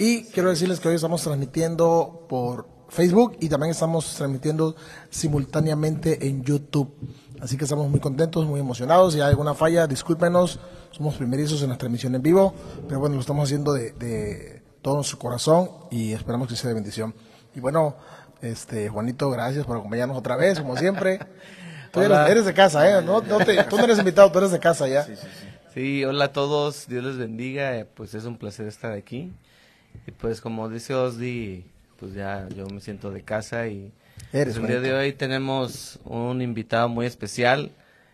Y quiero decirles que hoy estamos transmitiendo por Facebook y también estamos transmitiendo simultáneamente en YouTube. Así que estamos muy contentos, muy emocionados. Si hay alguna falla, discúlpenos. Somos primerizos en la transmisión en vivo, pero bueno, lo estamos haciendo de todo nuestro corazón y esperamos que sea de bendición. Y bueno, Juanito, gracias por acompañarnos otra vez, como siempre. Tú eres de casa, ¿eh? Tú no eres invitado, tú eres de casa ya. Sí, hola a todos, Dios les bendiga, pues es un placer estar aquí. Y pues como dice Osdi, pues ya yo me siento de casa y Eres el día de hoy tenemos un invitado muy especial.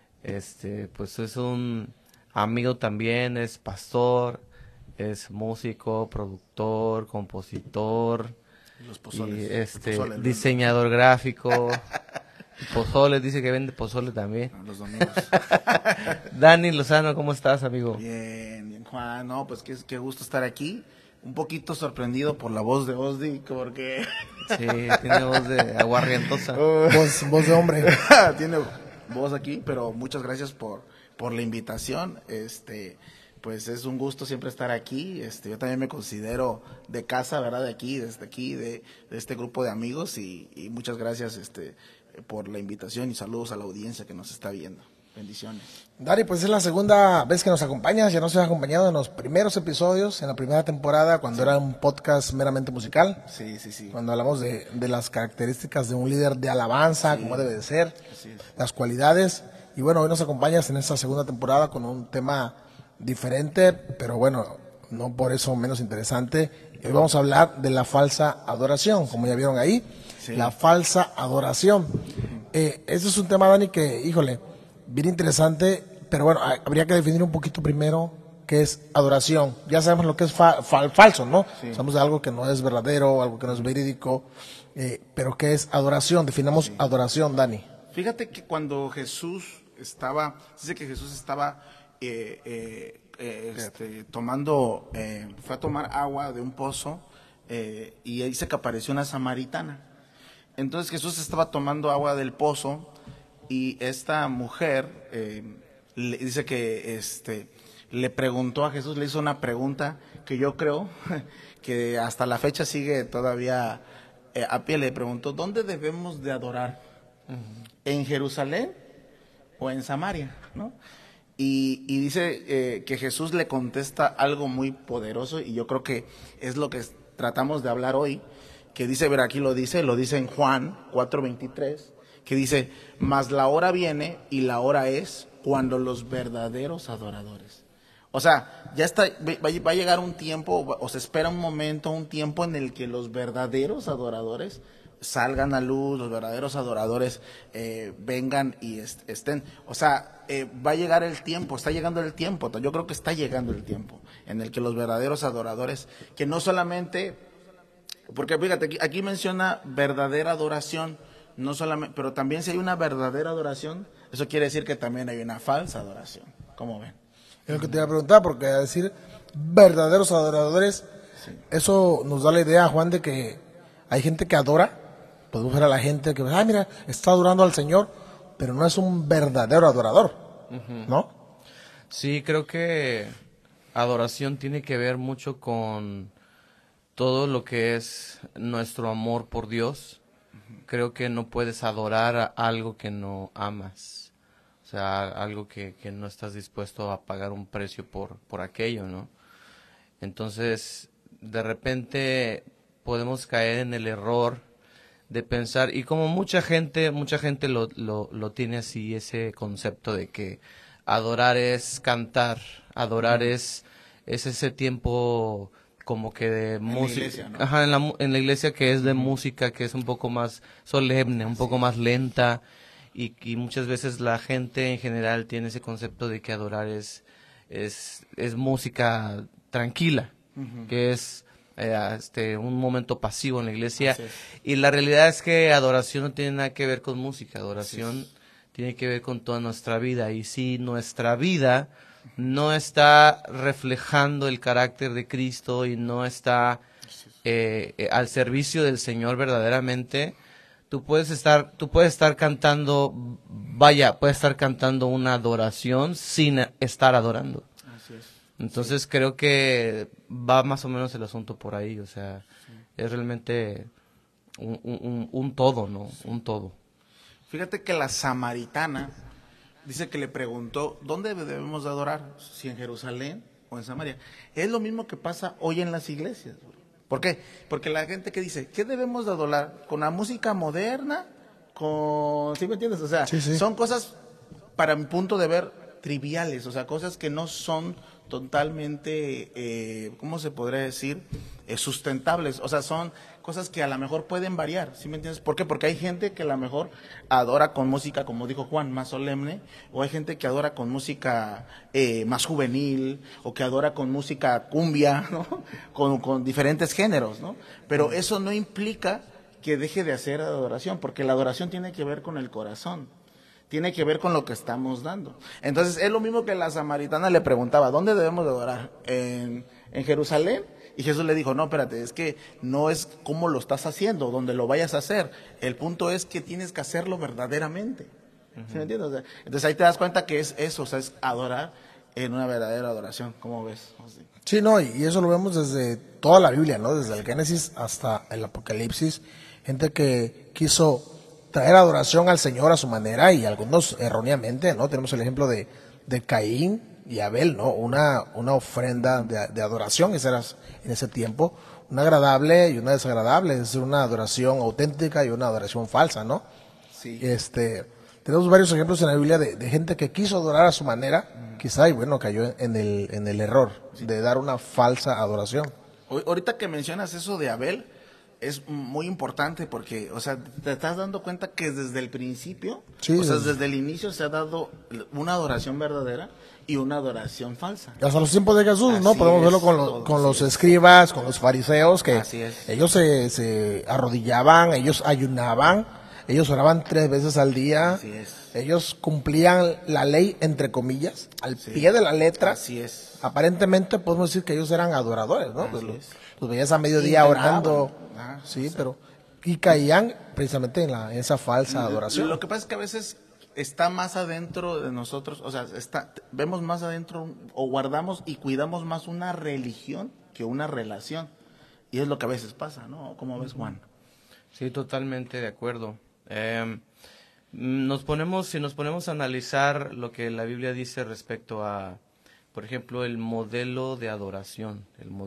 Pues es un amigo también, es pastor, es músico, productor, compositor, Los pozoles, y pozole, diseñador gráfico. Pozole, dice que vende pozole también. Los domingos. Dani Lozano, ¿cómo estás, amigo? Bien, Juan, no, pues qué gusto estar aquí. Un poquito sorprendido por la voz de Osdi, porque... Sí, tiene voz de aguarrientosa. Voz de hombre. Tiene voz aquí, pero muchas gracias por la invitación. Pues es un gusto siempre estar aquí. Yo también me considero de casa, ¿verdad? De aquí, desde aquí, de este grupo de amigos y muchas gracias, por la invitación y saludos a la audiencia que nos está viendo. Bendiciones. Dari, pues es la segunda vez que nos acompañas, ya nos has acompañado en los primeros episodios, en la primera temporada, cuando era un podcast meramente musical. Sí. Cuando hablamos de las características de un líder de alabanza, como debe de ser, las cualidades. Y bueno, hoy nos acompañas en esta segunda temporada con un tema diferente, pero bueno, no por eso menos interesante. Hoy vamos a hablar de la falsa adoración, como ya vieron ahí. Sí. La falsa adoración. Este es un tema, Dani, que, híjole, bien interesante, pero bueno, habría que definir un poquito primero qué es adoración. Ya sabemos lo que es falso, ¿no? Sí. Sabemos de algo que no es verdadero, algo que no es verídico, pero ¿qué es adoración? Definamos adoración, Dani. Fíjate que cuando Jesús estaba tomando, fue a tomar agua de un pozo, y ahí se que apareció una samaritana. Entonces Jesús estaba tomando agua del pozo y esta mujer le dice que le preguntó a Jesús, le hizo una pregunta que yo creo que hasta la fecha sigue todavía a pie. Le preguntó, ¿dónde debemos de adorar? ¿En Jerusalén o en Samaria? ¿No? Y dice que Jesús le contesta algo muy poderoso, y yo creo que es lo que tratamos de hablar hoy, que dice, ver, aquí lo dice en Juan 4:23, que dice, mas la hora viene y la hora es cuando los verdaderos adoradores. O sea, ya está, va a llegar un tiempo, o se espera un tiempo en el que los verdaderos adoradores salgan a luz, los verdaderos adoradores vengan y estén. O sea, va a llegar el tiempo, está llegando el tiempo, yo creo que está llegando el tiempo en el que los verdaderos adoradores, que no solamente, porque fíjate, aquí menciona verdadera adoración, no solamente, pero también si hay una verdadera adoración, eso quiere decir que también hay una falsa adoración. ¿Cómo ven? Es lo que te iba a preguntar, porque a decir verdaderos adoradores, sí, eso nos da la idea, Juan, de que hay gente que adora. Podemos ver a la gente que, mira, está adorando al Señor, pero no es un verdadero adorador, ¿no? Sí, creo que adoración tiene que ver mucho con todo lo que es nuestro amor por Dios. Creo que no puedes adorar a algo que no amas, o sea, algo que no estás dispuesto a pagar un precio por aquello, ¿no? Entonces, de repente podemos caer en el error de pensar, y como mucha gente lo tiene así, ese concepto de que adorar es cantar, adorar es ese tiempo como que de música, ¿no? Ajá, en la iglesia, que es de música, que es un poco más solemne, un poco más lenta, y muchas veces la gente en general tiene ese concepto de que adorar es música tranquila, que es un momento pasivo en la iglesia, y la realidad es que adoración no tiene nada que ver con música, adoración tiene que ver con toda nuestra vida, y si nuestra vida no está reflejando el carácter de Cristo y no está al servicio del Señor verdaderamente, tú puedes estar cantando, puedes estar cantando una adoración sin estar adorando. Así es. Entonces creo que va más o menos el asunto por ahí, o sea, es realmente un todo, ¿no? Un todo. Fíjate que la samaritana dice que le preguntó, ¿dónde debemos de adorar? Si en Jerusalén o en Samaria. Es lo mismo que pasa hoy en las iglesias. ¿Por qué? Porque la gente que dice, ¿qué debemos de adorar? ¿Con la música moderna? ¿Sí me entiendes? O sea, Sí, sí. son cosas, para mi punto de ver, triviales, o sea, cosas que no son totalmente, ¿cómo se podría decir? Sustentables, o sea, son cosas que a lo mejor pueden variar, ¿sí me entiendes? ¿Por qué? Porque hay gente que a lo mejor adora con música, como dijo Juan, más solemne, o hay gente que adora con música más juvenil, o que adora con música cumbia, ¿no? Con diferentes géneros, ¿no? Pero eso no implica que deje de hacer adoración, porque la adoración tiene que ver con el corazón, tiene que ver con lo que estamos dando. Entonces es lo mismo que la samaritana le preguntaba, ¿dónde debemos de adorar? ¿En Jerusalén? Y Jesús le dijo, no, espérate, es que no es cómo lo estás haciendo, donde lo vayas a hacer. El punto es que tienes que hacerlo verdaderamente. ¿Sí me entiendes? O sea, entonces ahí te das cuenta que es eso, o sea, es adorar en una verdadera adoración. ¿Cómo ves? Así. Sí, no, y eso lo vemos desde toda la Biblia, ¿no? Desde el Génesis hasta el Apocalipsis. Gente que quiso traer adoración al Señor a su manera y algunos erróneamente, ¿no? Tenemos el ejemplo de Caín y Abel, ¿no? Una ofrenda de adoración, esa era en ese tiempo, una agradable y una desagradable, es decir, una adoración auténtica y una adoración falsa, ¿no? Sí. Tenemos varios ejemplos en la Biblia de gente que quiso adorar a su manera, quizá, y bueno, cayó en el error de dar una falsa adoración. Ahorita que mencionas eso de Abel, es muy importante porque, o sea, te estás dando cuenta que desde el principio, Sí, o sea, desde el inicio se ha dado una adoración verdadera y una adoración falsa. Hasta los tiempos de Jesús, ¿no? Así Podemos verlo es, con los así es. escribas, con los fariseos, que Así es. ellos se arrodillaban, ellos ayunaban, ellos oraban 3 veces al día, Así es. ellos cumplían la ley, entre comillas, al pie de la letra. Así es. Aparentemente podemos decir que ellos eran adoradores, ¿no? Pues Así es. los veías a mediodía Intentaban. orando, Ah, sí, o sea. pero y caían precisamente en esa falsa adoración. Lo que pasa es que a veces está más adentro de nosotros, o sea, vemos más adentro o guardamos y cuidamos más una religión que una relación. Y es lo que a veces pasa, ¿no? ¿Cómo ves, Juan? Sí, totalmente de acuerdo. Si nos ponemos a analizar lo que la Biblia dice respecto a, por ejemplo, el modelo de adoración,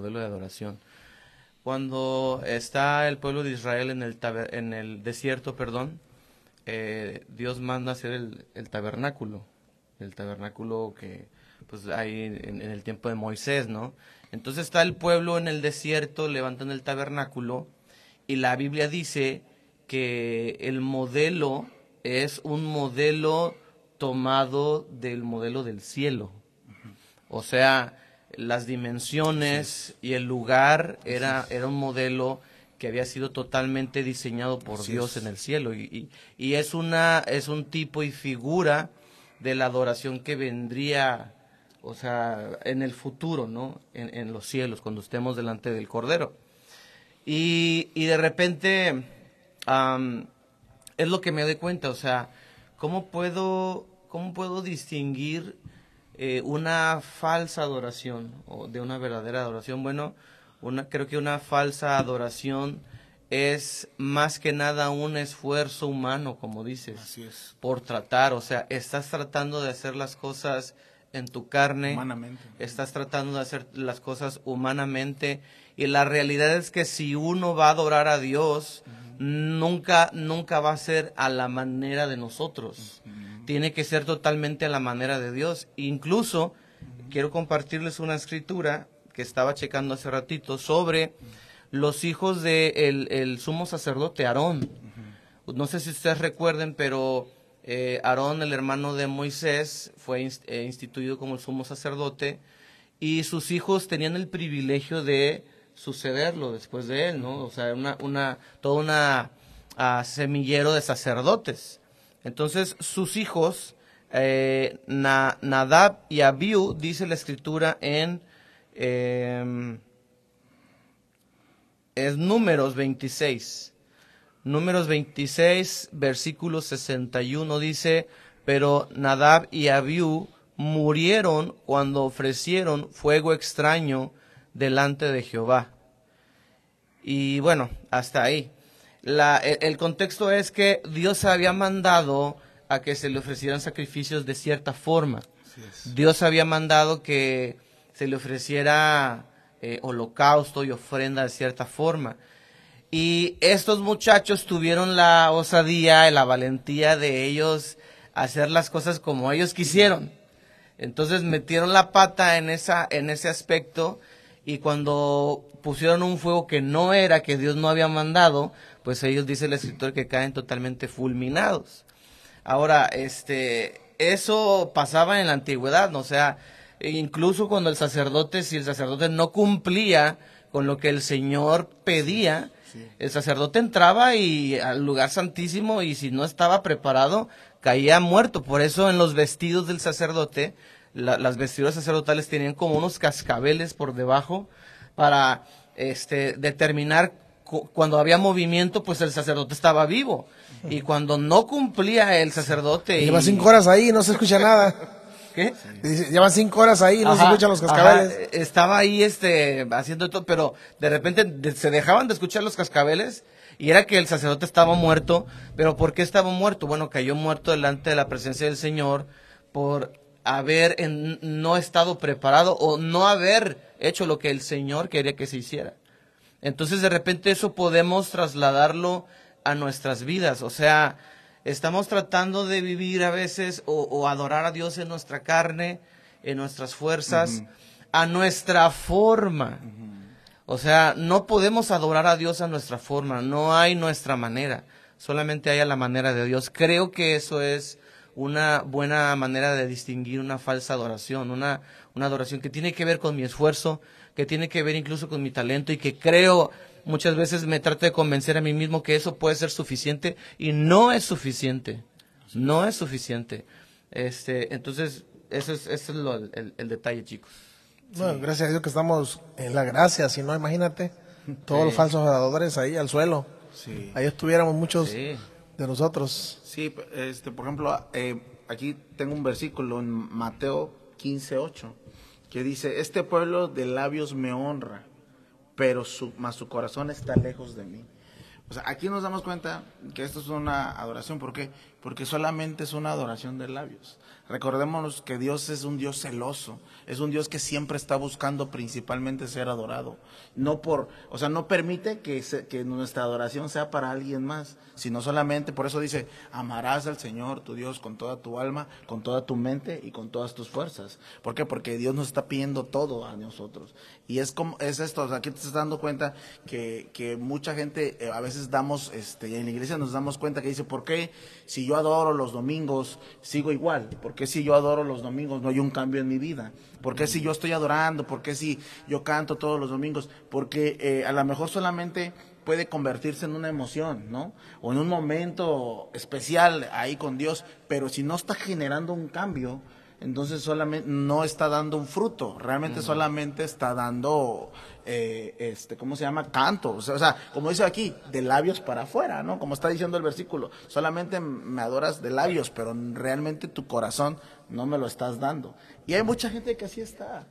Cuando está el pueblo de Israel en el desierto, Dios manda hacer el tabernáculo que pues hay en el tiempo de Moisés, ¿no? Entonces está el pueblo en el desierto levantando el tabernáculo y la Biblia dice que el modelo es un modelo tomado del modelo del cielo. O sea, las dimensiones y el lugar era un modelo que había sido totalmente diseñado por Dios en el cielo y es un tipo y figura de la adoración que vendría, o sea, en el futuro, ¿no? En los cielos, cuando estemos delante del Cordero. Y de repente es lo que me doy cuenta, o sea, ¿cómo puedo distinguir una falsa adoración o de una verdadera adoración? Bueno, creo que una falsa adoración es más que nada un esfuerzo humano, como dices, Así es. por tratar, o sea, estás tratando de hacer las cosas en tu carne, Humanamente. estás tratando de hacer las cosas humanamente, y la realidad es que si uno va a adorar a Dios, nunca va a ser a la manera de nosotros. Tiene que ser totalmente a la manera de Dios. Incluso quiero compartirles una escritura que estaba checando hace ratito sobre los hijos de el sumo sacerdote Aarón. No sé si ustedes recuerden, pero Aarón, el hermano de Moisés, fue instituido como el sumo sacerdote y sus hijos tenían el privilegio de sucederlo después de él, ¿no? O sea, toda una semillero de sacerdotes. Entonces, sus hijos, Nadab y Abiú, dice la escritura en es Números 26. Números 26, versículo 61 dice, pero Nadab y Abiú murieron cuando ofrecieron fuego extraño delante de Jehová. Y bueno, hasta ahí. El contexto es que Dios había mandado a que se le ofrecieran sacrificios de cierta forma. Dios había mandado que se le ofreciera holocausto y ofrenda de cierta forma. Y estos muchachos tuvieron la osadía y la valentía de ellos hacer las cosas como ellos quisieron. Entonces metieron la pata en ese aspecto, y cuando pusieron un fuego que no era, que Dios no había mandado, pues ellos, dice el escritor, que caen totalmente fulminados. Ahora, eso pasaba en la antigüedad, ¿no? O sea, incluso cuando si el sacerdote no cumplía con lo que el Señor pedía, el sacerdote entraba al lugar santísimo, y si no estaba preparado, caía muerto. Por eso en los vestidos del sacerdote, las vestiduras sacerdotales tenían como unos cascabeles por debajo para determinar cuando había movimiento, pues el sacerdote estaba vivo. Y cuando no cumplía el sacerdote... Lleva 5 horas ahí y no se escucha nada. ¿Qué? Dice, llevan 5 horas ahí y no se escuchan los cascabeles. Ajá, estaba ahí haciendo todo, pero de repente se dejaban de escuchar los cascabeles, y era que el sacerdote estaba muerto. ¿Pero por qué estaba muerto? Bueno, cayó muerto delante de la presencia del Señor por haber no estado preparado, o no haber hecho lo que el Señor quería que se hiciera. Entonces, de repente, eso podemos trasladarlo a nuestras vidas. O sea, estamos tratando de vivir a veces o adorar a Dios en nuestra carne, en nuestras fuerzas, a nuestra forma. O sea, no podemos adorar a Dios a nuestra forma, no hay nuestra manera, solamente hay a la manera de Dios. Creo que eso es una buena manera de distinguir una falsa adoración, una adoración que tiene que ver con mi esfuerzo, que tiene que ver incluso con mi talento, y que creo, muchas veces me trato de convencer a mí mismo que eso puede ser suficiente, y no es suficiente, no es suficiente. Entonces, eso es el detalle, chicos. Bueno, gracias a Dios que estamos en la gracia, si no, imagínate, todos los falsos adoradores ahí al suelo. Sí. Ahí estuviéramos muchos de nosotros. Sí, por ejemplo, aquí tengo un versículo en Mateo 15:8, que dice: este pueblo de labios me honra, pero mas su corazón está lejos de mí. O sea, aquí nos damos cuenta que esto es una adoración. ¿Por qué? Porque solamente es una adoración de labios. Recordémonos que Dios es un Dios celoso, es un Dios que siempre está buscando principalmente ser adorado. No permite que nuestra adoración sea para alguien más, sino solamente, por eso dice, amarás al Señor tu Dios con toda tu alma, con toda tu mente y con todas tus fuerzas. ¿Por qué? Porque Dios nos está pidiendo todo a nosotros. Y es esto, o sea, aquí te estás dando cuenta que mucha gente, a veces en la iglesia nos damos cuenta que dice, ¿por qué si yo adoro los domingos sigo igual? ¿Por qué si yo adoro los domingos no hay un cambio en mi vida? ¿Por qué si yo estoy adorando? ¿Por qué si yo canto todos los domingos? Porque a lo mejor solamente puede convertirse en una emoción, ¿no? O en un momento especial ahí con Dios, pero si no está generando un cambio, entonces solamente no está dando un fruto, realmente solamente está dando, ¿cómo se llama? Canto, o sea, como dice aquí, de labios para afuera, ¿no? Como está diciendo el versículo, solamente me adoras de labios, pero realmente tu corazón no me lo estás dando. Y hay mucha gente que así está.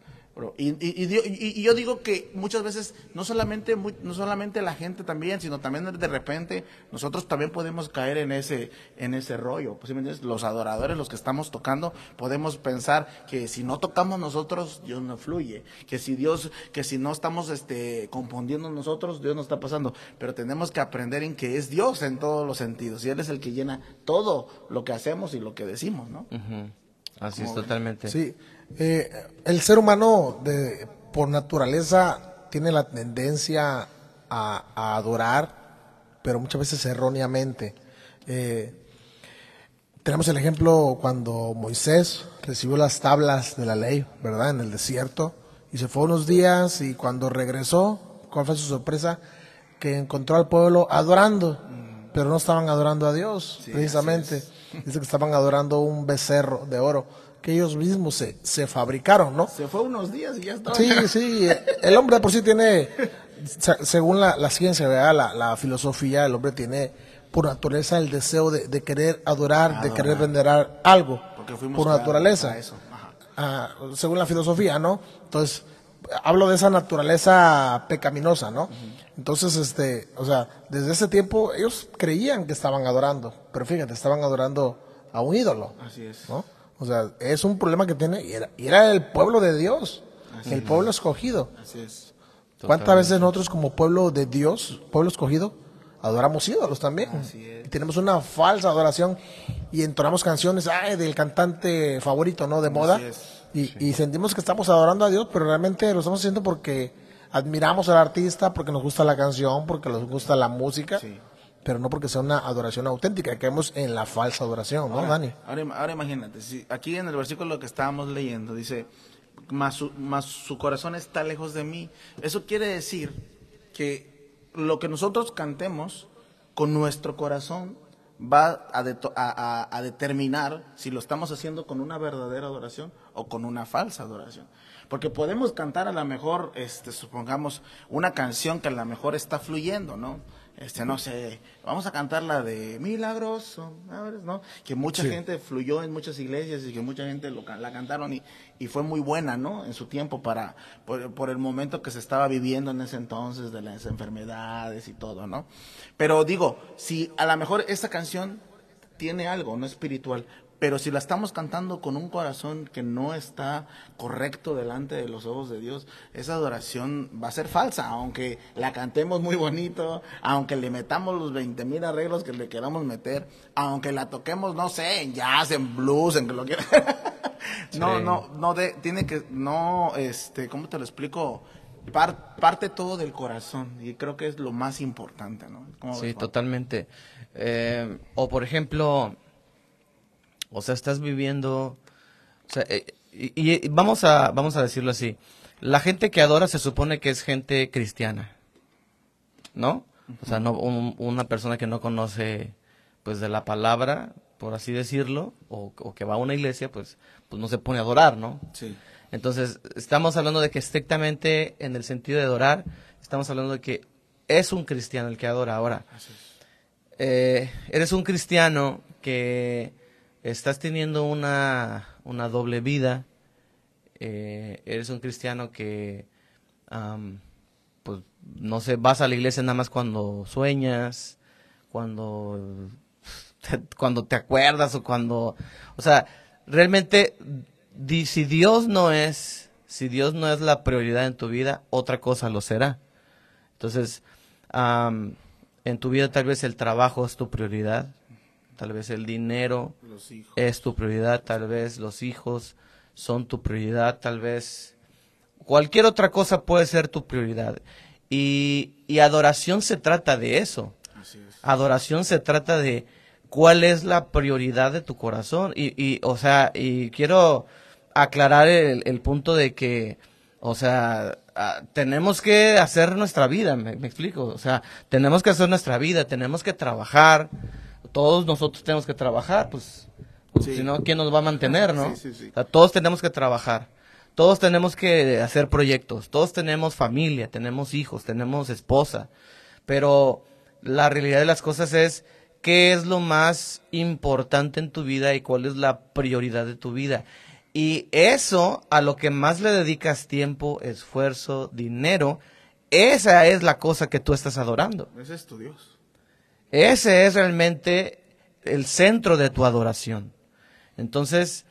Y yo digo que muchas veces no solamente la gente también, sino también de repente nosotros también podemos caer en ese rollo. Pues, ¿sí me entiendes? Los adoradores, los que estamos tocando, podemos pensar que si no tocamos nosotros, Dios no fluye, que si no estamos componiendo nosotros, Dios no está pasando. Pero tenemos que aprender en que es Dios en todos los sentidos, y Él es el que llena todo lo que hacemos y lo que decimos, ¿no? Así es, totalmente. Sí. El ser humano por naturaleza tiene la tendencia a adorar, pero muchas veces erróneamente. Tenemos el ejemplo cuando Moisés recibió las tablas de la ley, ¿verdad? En el desierto, y se fue unos días, y cuando regresó, ¿cuál fue su sorpresa? Que encontró al pueblo adorando, pero no estaban adorando a Dios, sí, precisamente. Dice que estaban adorando un becerro de oro que ellos mismos se fabricaron, ¿no? Se fue unos días y ya estaba. Sí, el hombre de por sí tiene, según la ciencia, ¿verdad? La filosofía, el hombre tiene por naturaleza el deseo de querer adorar, de querer venerar algo, por naturaleza. Eso. según la filosofía, ¿no? Entonces, hablo de esa naturaleza pecaminosa, ¿no? Entonces, o sea, desde ese tiempo ellos creían que estaban adorando, pero fíjate, estaban adorando a un ídolo. Así es. ¿No? O sea, es un problema que tiene, y era el pueblo de Dios, el pueblo escogido. Así es. ¿Cuántas veces nosotros como pueblo de Dios, pueblo escogido, adoramos ídolos también? Así es. Y tenemos una falsa adoración y entonamos canciones del cantante favorito, ¿no? De moda. Así es. Y sentimos que estamos adorando a Dios, pero realmente lo estamos haciendo porque admiramos al artista, porque nos gusta la canción, porque nos gusta la música, Sí. pero no porque sea una adoración auténtica. Caemos en la falsa adoración, ¿no, Dani? Ahora imagínate, si aquí en el versículo que estábamos leyendo dice, mas su corazón está lejos de mí. Eso quiere decir que lo que nosotros cantemos con nuestro corazón va a determinar si lo estamos haciendo con una verdadera adoración o con una falsa adoración. Porque podemos cantar a lo mejor, supongamos, una canción que a lo mejor está fluyendo, ¿no? No sé, vamos a cantar la de Milagroso, ¿sabes? ¿No? Que mucha gente fluyó en muchas iglesias y que mucha gente la cantaron y fue muy buena, ¿no? En su tiempo por el momento que se estaba viviendo en ese entonces de las enfermedades y todo, ¿no? Pero digo, si a lo mejor esta canción tiene algo, no espiritual, pero si la estamos cantando con un corazón que no está correcto delante de los ojos de Dios, esa adoración va a ser falsa, aunque la cantemos muy bonito, aunque le metamos los 20,000 arreglos que le queramos meter, aunque la toquemos, no sé, en jazz, en blues, en que lo quiera. Tiene que, ¿cómo te lo explico? Parte todo del corazón, y creo que es lo más importante, ¿no? Sí, totalmente. O por ejemplo, o sea, estás viviendo, o sea, y vamos a decirlo así, la gente que adora se supone que es gente cristiana, ¿no? O sea, no una persona que no conoce, pues, de la palabra, por así decirlo, o que va a una iglesia, pues no se pone a adorar, ¿no? Sí. Entonces, estamos hablando de que estrictamente en el sentido de adorar, estamos hablando de que es un cristiano el que adora. Ahora, eres un cristiano que estás teniendo una doble vida, eres un cristiano que, pues, no sé, vas a la iglesia nada más cuando sueñas, cuando te acuerdas o sea, realmente, si Dios no es la prioridad en tu vida, otra cosa lo será. Entonces, en tu vida tal vez el trabajo es tu prioridad, tal vez el dinero es tu prioridad, tal vez los hijos son tu prioridad, tal vez cualquier otra cosa puede ser tu prioridad. Y adoración se trata de eso. Así es. Adoración se trata de cuál es la prioridad de tu corazón. O sea, y quiero aclarar el punto de que, o sea, tenemos que hacer nuestra vida, me explico. O sea, tenemos que hacer nuestra vida, tenemos que trabajar. Todos nosotros tenemos que trabajar, pues, Sí. si no, ¿quién nos va a mantener, no? Sí. O sea, todos tenemos que trabajar, todos tenemos que hacer proyectos, todos tenemos familia, tenemos hijos, tenemos esposa, pero la realidad de las cosas es qué es lo más importante en tu vida y cuál es la prioridad de tu vida. Y eso, a lo que más le dedicas tiempo, esfuerzo, dinero, esa es la cosa que tú estás adorando. Ese es tu Dios. Ese es realmente el centro de tu adoración. Entonces,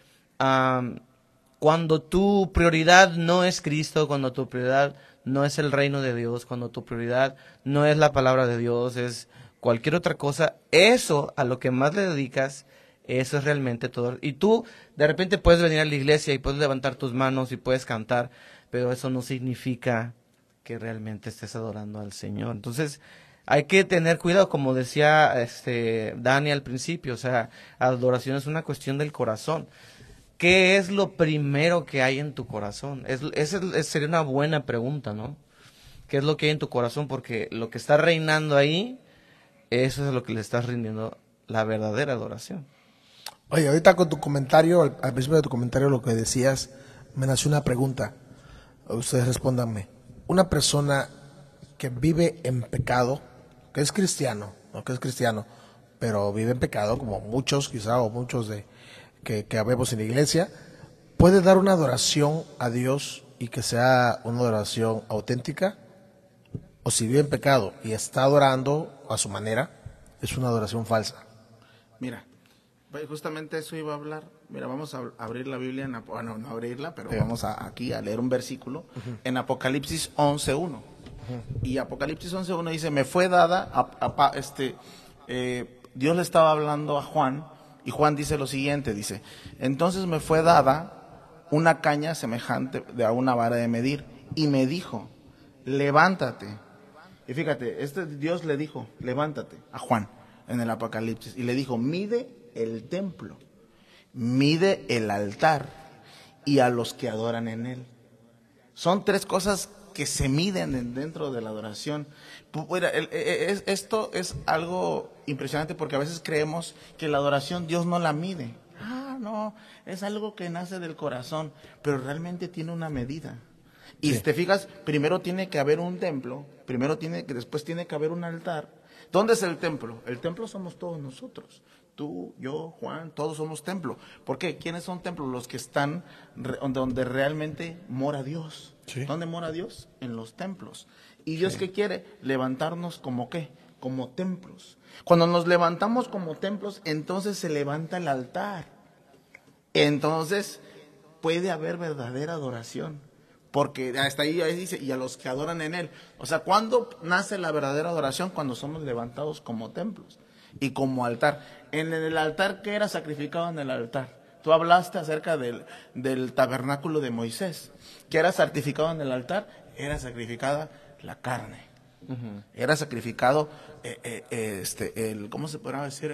cuando tu prioridad no es Cristo, cuando tu prioridad no es el reino de Dios, cuando tu prioridad no es la palabra de Dios, es cualquier otra cosa, eso a lo que más le dedicas, eso es realmente todo. Y tú de repente puedes venir a la iglesia y puedes levantar tus manos y puedes cantar, pero eso no significa que realmente estés adorando al Señor. Entonces, hay que tener cuidado, como decía Dani al principio, o sea, adoración es una cuestión del corazón. ¿Qué es lo primero que hay en tu corazón? Esa sería una buena pregunta, ¿no? ¿Qué es lo que hay en tu corazón? Porque lo que está reinando ahí, eso es lo que le estás rindiendo la verdadera adoración. Oye, ahorita con tu comentario, al principio de tu comentario, lo que decías, me nació una pregunta. Ustedes respóndanme. Una persona que vive en pecado, que es cristiano, no que es cristiano, pero vive en pecado, como muchos quizá, o muchos que habemos en la iglesia, puede dar una adoración a Dios y que sea una adoración auténtica? O si vive en pecado y está adorando a su manera, es una adoración falsa. Mira, justamente eso iba a hablar. Mira, vamos a abrir la Biblia, bueno, no abrirla, pero vamos aquí a leer un versículo en Apocalipsis 11:1. Y Apocalipsis 11:1 dice, me fue dada, Dios le estaba hablando a Juan, y Juan dice lo siguiente, dice, entonces me fue dada una caña semejante a una vara de medir, y me dijo, levántate. Y fíjate, Dios le dijo, levántate a Juan en el Apocalipsis, y le dijo, mide el templo, mide el altar, y a los que adoran en él. Son tres cosas que se miden dentro de la adoración. Esto es algo impresionante porque a veces creemos que la adoración Dios no la mide. No, es algo que nace del corazón, pero realmente tiene una medida. Y si te fijas, primero tiene que haber un templo, después tiene que haber un altar. ¿Dónde es el templo? El templo somos todos nosotros. Tú, yo, Juan, todos somos templo. ¿Por qué? ¿Quiénes son templos? Los que están donde realmente mora Dios. Sí. ¿Dónde mora Dios? En los templos. ¿Y Dios qué quiere? Levantarnos como qué? Como templos. Cuando nos levantamos como templos, entonces se levanta el altar. Entonces puede haber verdadera adoración. Porque hasta ahí dice, y a los que adoran en él. O sea, ¿cuándo nace la verdadera adoración? Cuando somos levantados como templos y como altar. En el altar, ¿qué era sacrificado en el altar? Tú hablaste acerca del tabernáculo de Moisés. ¿Qué era sacrificado en el altar? Era sacrificada la carne. Era sacrificado, ¿cómo se podrá decir?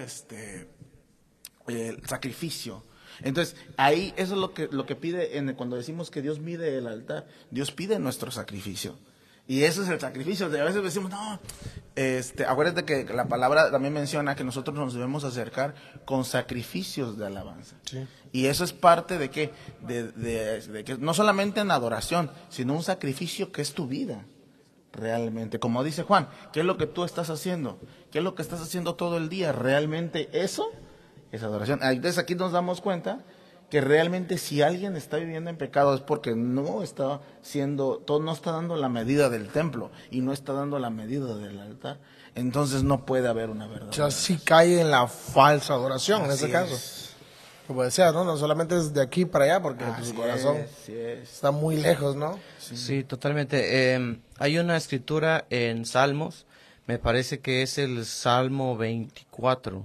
El sacrificio. Entonces, ahí eso es lo que pide cuando decimos que Dios mide el altar. Dios pide nuestro sacrificio. Y eso es el sacrificio. A veces decimos, no, acuérdate que la palabra también menciona que nosotros nos debemos acercar con sacrificios de alabanza. Sí. Y eso es parte de que, de que no solamente en adoración, sino un sacrificio que es tu vida. Realmente, como dice Juan, ¿qué es lo que tú estás haciendo? ¿Qué es lo que estás haciendo todo el día? ¿Realmente eso es adoración? Entonces aquí nos damos cuenta que realmente si alguien está viviendo en pecado es porque no está dando la medida del templo y no está dando la medida del altar. Entonces no puede haber una verdad. O sea, sí cae en la falsa adoración en ese caso. Como decía, ¿no? No solamente es de aquí para allá, porque su corazón está muy lejos, ¿no? Sí, totalmente. Hay una escritura en Salmos, me parece que es el Salmo 24.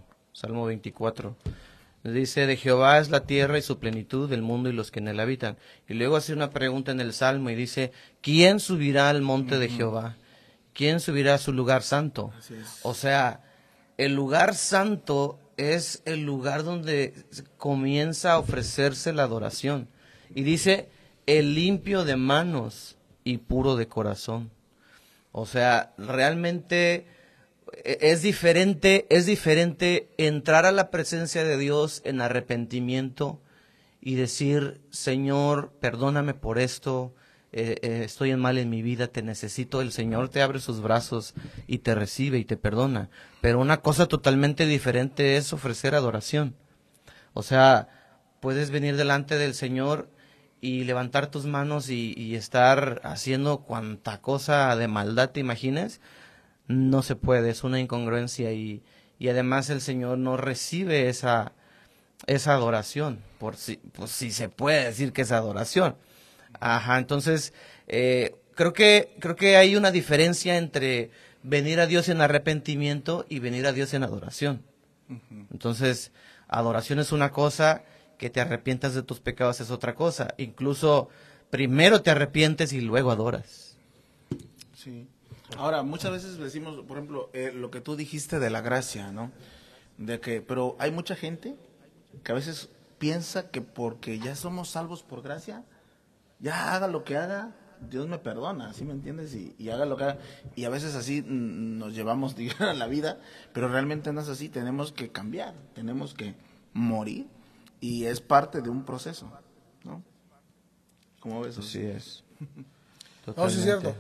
Dice, de Jehová es la tierra y su plenitud, el mundo y los que en él habitan. Y luego hace una pregunta en el Salmo y dice, ¿quién subirá al monte de Jehová? ¿Quién subirá a su lugar santo? O sea, el lugar santo es el lugar donde comienza a ofrecerse la adoración. Y dice, el limpio de manos y puro de corazón. O sea, realmente es diferente entrar a la presencia de Dios en arrepentimiento y decir, Señor, perdóname por esto, estoy en mal en mi vida, te necesito. El Señor te abre sus brazos y te recibe y te perdona. Pero una cosa totalmente diferente es ofrecer adoración. O sea, puedes venir delante del Señor y levantar tus manos y estar haciendo cuanta cosa de maldad te imagines. No se puede, es una incongruencia y además el Señor no recibe esa adoración, por si se puede decir que es adoración. Ajá, entonces creo que hay una diferencia entre venir a Dios en arrepentimiento y venir a Dios en adoración. Entonces, adoración es una cosa, que te arrepientas de tus pecados es otra cosa. Incluso primero te arrepientes y luego adoras. Sí. Ahora, muchas veces decimos, por ejemplo, lo que tú dijiste de la gracia, ¿no? Pero hay mucha gente que a veces piensa que porque ya somos salvos por gracia, ya haga lo que haga, Dios me perdona, ¿sí me entiendes? Y haga lo que haga. Y a veces así nos llevamos, digamos, a la vida, pero realmente no es así. Tenemos que cambiar, tenemos que morir y es parte de un proceso, ¿no? ¿Cómo ves? Así es. No, sí es cierto.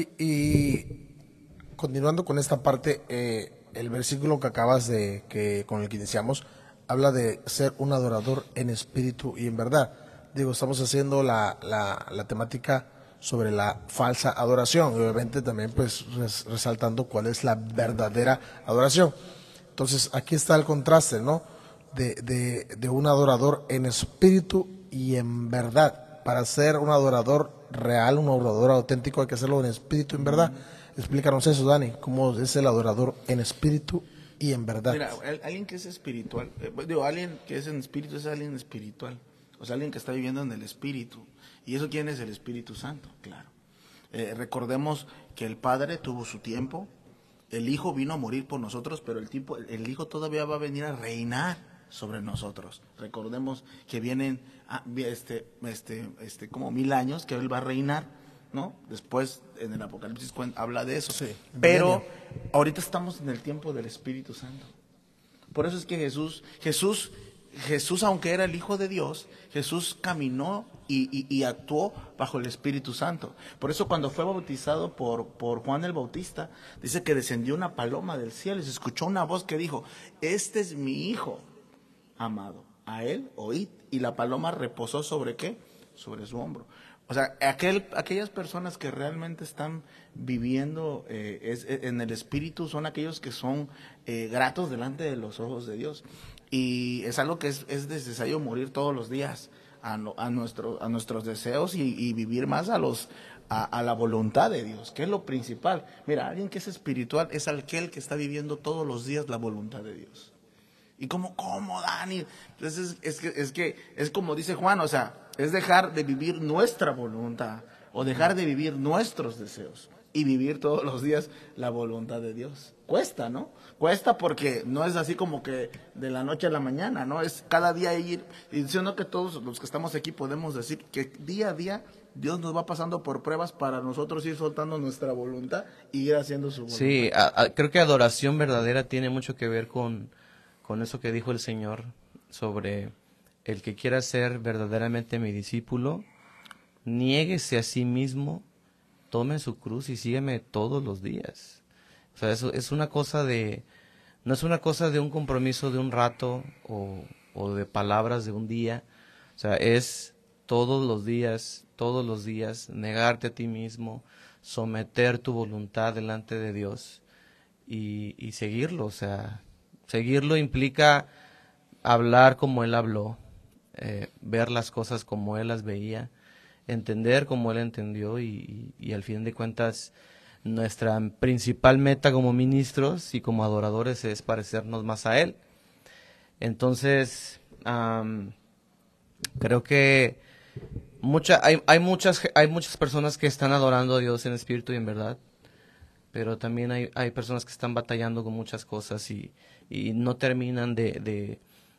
Y continuando con esta parte, el versículo que acabas con el que iniciamos, habla de ser un adorador en espíritu y en verdad. Digo, estamos haciendo la temática sobre la falsa adoración y obviamente también pues resaltando cuál es la verdadera adoración. Entonces aquí está el contraste, ¿no? De un adorador en espíritu y en verdad. Para ser un adorador real, un adorador auténtico, hay que hacerlo en espíritu y en verdad. Explícanos eso, Dani, cómo es el adorador en espíritu y en verdad. Mira, alguien que es espiritual, alguien que es en espíritu es alguien espiritual, o sea, alguien que está viviendo en el espíritu. ¿Y eso quién es? El Espíritu Santo, claro. Recordemos que el Padre tuvo su tiempo, el Hijo vino a morir por nosotros, pero el Hijo todavía va a venir a reinar sobre nosotros. Recordemos que vienen como 1000 años que Él va a reinar, ¿no? Después en el Apocalipsis habla de eso. Sí, pero ahorita estamos en el tiempo del Espíritu Santo. Por eso es que Jesús, aunque era el Hijo de Dios, Jesús caminó y actuó bajo el Espíritu Santo. Por eso cuando fue bautizado por Juan el Bautista, dice que descendió una paloma del cielo y se escuchó una voz que dijo: este es mi Hijo amado, a él oíd. Y la paloma reposó ¿sobre qué? Sobre su hombro. O sea, aquellas personas que realmente están viviendo en el Espíritu son aquellos que son gratos delante de los ojos de Dios. Y es algo que es necesario morir todos los días a nuestros deseos y vivir más a la voluntad de Dios, que es lo principal. Mira, alguien que es espiritual es aquel que está viviendo todos los días la voluntad de Dios. ¿Y cómo, Dani? Entonces es como dice Juan, o sea, es dejar de vivir nuestra voluntad o dejar de vivir nuestros deseos y vivir todos los días la voluntad de Dios. Cuesta, ¿no? Cuesta porque no es así como que de la noche a la mañana, ¿no? Es cada día ir, y diciendo que todos los que estamos aquí podemos decir que día a día Dios nos va pasando por pruebas para nosotros ir soltando nuestra voluntad y ir haciendo su voluntad. Sí, creo que adoración verdadera tiene mucho que ver con eso que dijo el Señor sobre el que quiera ser verdaderamente mi discípulo, niéguese a sí mismo, tome su cruz y sígueme todos los días. O sea, eso es una cosa no es una cosa de un compromiso de un rato o de palabras de un día. O sea, es todos los días, negarte a ti mismo, someter tu voluntad delante de Dios y seguirlo. O sea, seguirlo implica hablar como Él habló, ver las cosas como Él las veía, entender como Él entendió y al fin de cuentas nuestra principal meta como ministros y como adoradores es parecernos más a Él. Entonces, creo que hay muchas personas que están adorando a Dios en espíritu y en verdad, pero también hay personas que están batallando con muchas cosas y no terminan de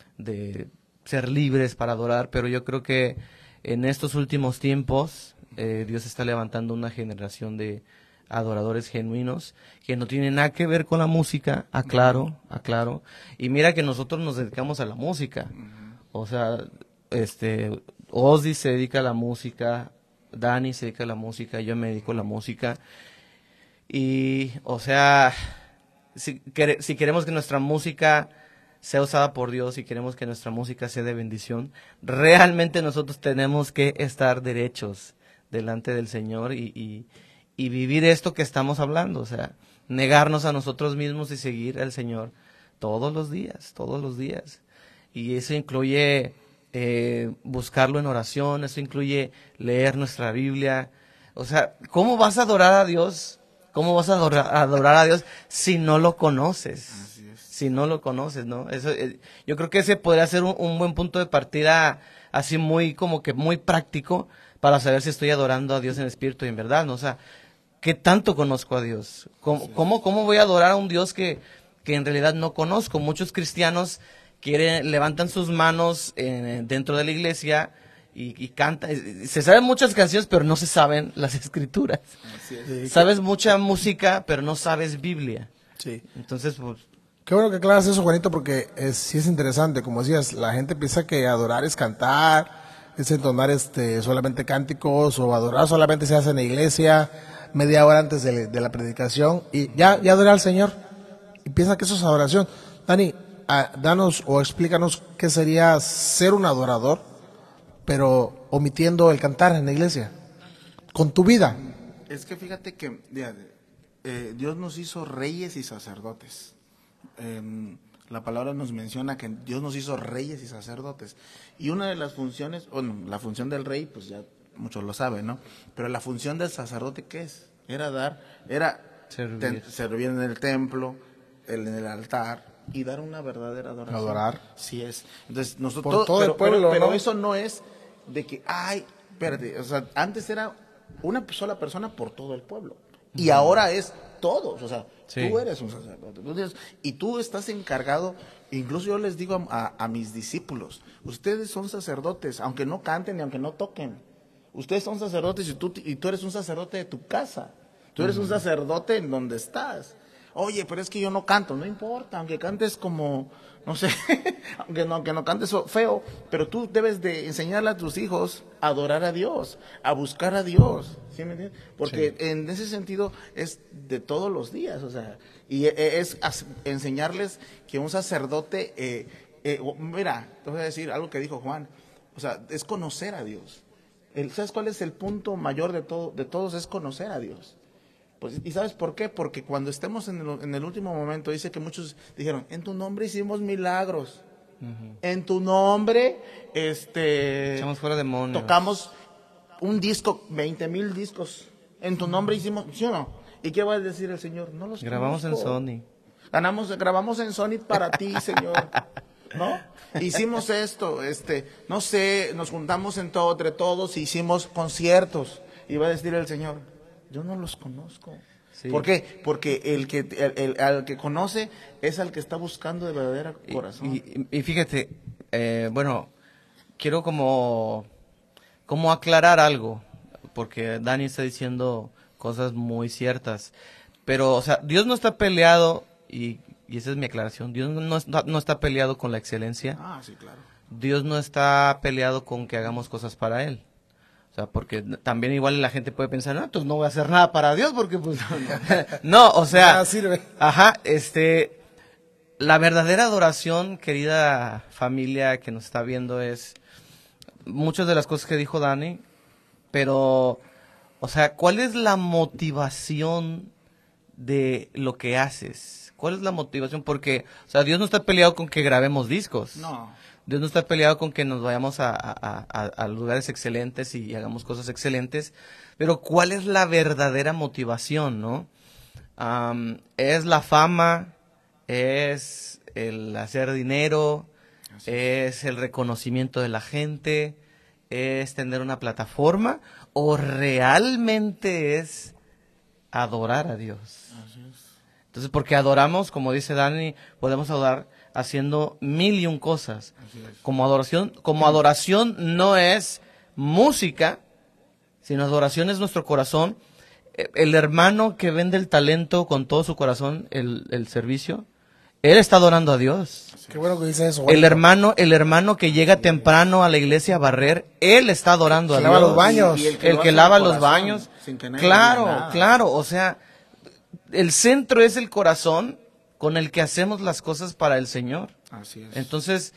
ser libres para adorar. Pero yo creo que en estos últimos tiempos Dios está levantando una generación de adoradores genuinos que no tienen nada que ver con la música, aclaro. Y mira que nosotros nos dedicamos a la música. O sea, Ozzy se dedica a la música, Dani se dedica a la música, yo me dedico a la música. Y, o sea, si queremos que nuestra música sea usada por Dios y queremos que nuestra música sea de bendición, realmente nosotros tenemos que estar derechos delante del Señor y vivir esto que estamos hablando. O sea, negarnos a nosotros mismos y seguir al Señor todos los días. Y eso incluye buscarlo en oración, eso incluye leer nuestra Biblia. O sea, ¿cómo vas a adorar a Dios? ¿Cómo vas a adorar a Dios si no lo conoces? Así es. Si no lo conoces, ¿no? Eso, yo creo que ese podría ser un buen punto de partida, así muy práctico, para saber si estoy adorando a Dios en espíritu y en verdad, ¿no? O sea, ¿qué tanto conozco a Dios? ¿Cómo voy a adorar a un Dios que en realidad no conozco? Muchos cristianos levantan sus manos dentro de la iglesia y cantan. Se saben muchas canciones, pero no se saben las escrituras. Así es. Sabes mucha música, pero no sabes Biblia. Sí. Entonces, pues... Qué bueno que aclaras eso, Juanito, porque sí es interesante. Como decías, la gente piensa que adorar es cantar, es entonar solamente cánticos, o adorar solamente se hace en la iglesia, media hora antes de la predicación, y ya adoré al Señor. Y piensa que eso es adoración. Dani, danos o explícanos qué sería ser un adorador, pero omitiendo el cantar en la iglesia? Con tu vida. Es que fíjate que Dios nos hizo reyes y sacerdotes. La palabra nos menciona que Dios nos hizo reyes y sacerdotes. Y una de las funciones, bueno, la función del rey, pues ya muchos lo saben, ¿no? Pero la función del sacerdote, ¿qué es? Era servir en el templo, en el altar, y dar una verdadera adoración. Adorar. Sí es. Entonces, nosotros, Por todo el pueblo, pero ¿no? eso no es de que, espérate, o sea, antes era una sola persona por todo el pueblo. Y ahora es todos, o sea, Sí. tú eres un sacerdote. Y tú estás encargado, incluso yo les digo a mis discípulos, ustedes son sacerdotes, aunque no canten y aunque no toquen. Ustedes son sacerdotes y tú eres un sacerdote de tu casa. Tú eres un sacerdote en donde estás. Oye, pero es que yo no canto, no importa, aunque cantes como, no sé, aunque no cantes feo, pero tú debes de enseñarle a tus hijos a adorar a Dios, a buscar a Dios, ¿sí me entiendes? Porque en ese sentido es de todos los días, o sea, y es enseñarles que un sacerdote, mira, te voy a decir algo que dijo Juan, o sea, es conocer a Dios. ¿Sabes cuál es el punto mayor de todos? Es conocer a Dios. Pues, ¿y sabes por qué? Porque cuando estemos en el último momento, dice que muchos dijeron, en tu nombre hicimos milagros. En tu nombre, Echamos fuera demonios. tocamos un disco, 20,000 discos. En tu nombre hicimos, ¿sí o no? ¿Y qué va a decir el Señor? No los Grabamos conozco. en Sony. Grabamos en Sony para ti, Señor. ¿No? Hicimos esto, no sé, nos juntamos entre todos y hicimos conciertos. Y va a decir el Señor, yo no los conozco. Sí. ¿Por qué? Porque al que conoce es al que está buscando de verdadero corazón. Y fíjate, bueno, quiero como aclarar algo, porque Dani está diciendo cosas muy ciertas, pero, o sea, Dios no está peleado, y esa es mi aclaración, Dios no está peleado con la excelencia, Sí, claro. Dios no está peleado con que hagamos cosas para Él. O sea, porque también igual la gente puede pensar, no, pues no voy a hacer nada para Dios, porque pues... No, o sea... Nada sirve. Ajá, la verdadera adoración, querida familia que nos está viendo, es muchas de las cosas que dijo Dani, pero, o sea, ¿cuál es la motivación de lo que haces? ¿Cuál es la motivación? Porque, o sea, Dios no está peleado con que grabemos discos. No. Dios no está peleado con que nos vayamos a lugares excelentes y hagamos cosas excelentes, pero ¿cuál es la verdadera motivación, no? ¿Es la fama? ¿Es el hacer dinero? ¿Es el reconocimiento de la gente? ¿Es tener una plataforma? ¿O realmente es adorar a Dios? Entonces, porque adoramos, como dice Dani, podemos adorar haciendo 1,000,000 cosas. Como adoración no es música, sino adoración es nuestro corazón. El hermano que vende el talento con todo su corazón, el servicio, él está adorando a Dios. Qué bueno que dice eso. El hermano que llega temprano a la iglesia a barrer, él está adorando a lava Dios. los baños. Y El lo que hace lava de los corazón, baños. sin que nadie le diga Claro, nada. claro, o sea, el centro es el corazón con el que hacemos las cosas para el Señor. Así es. Entonces,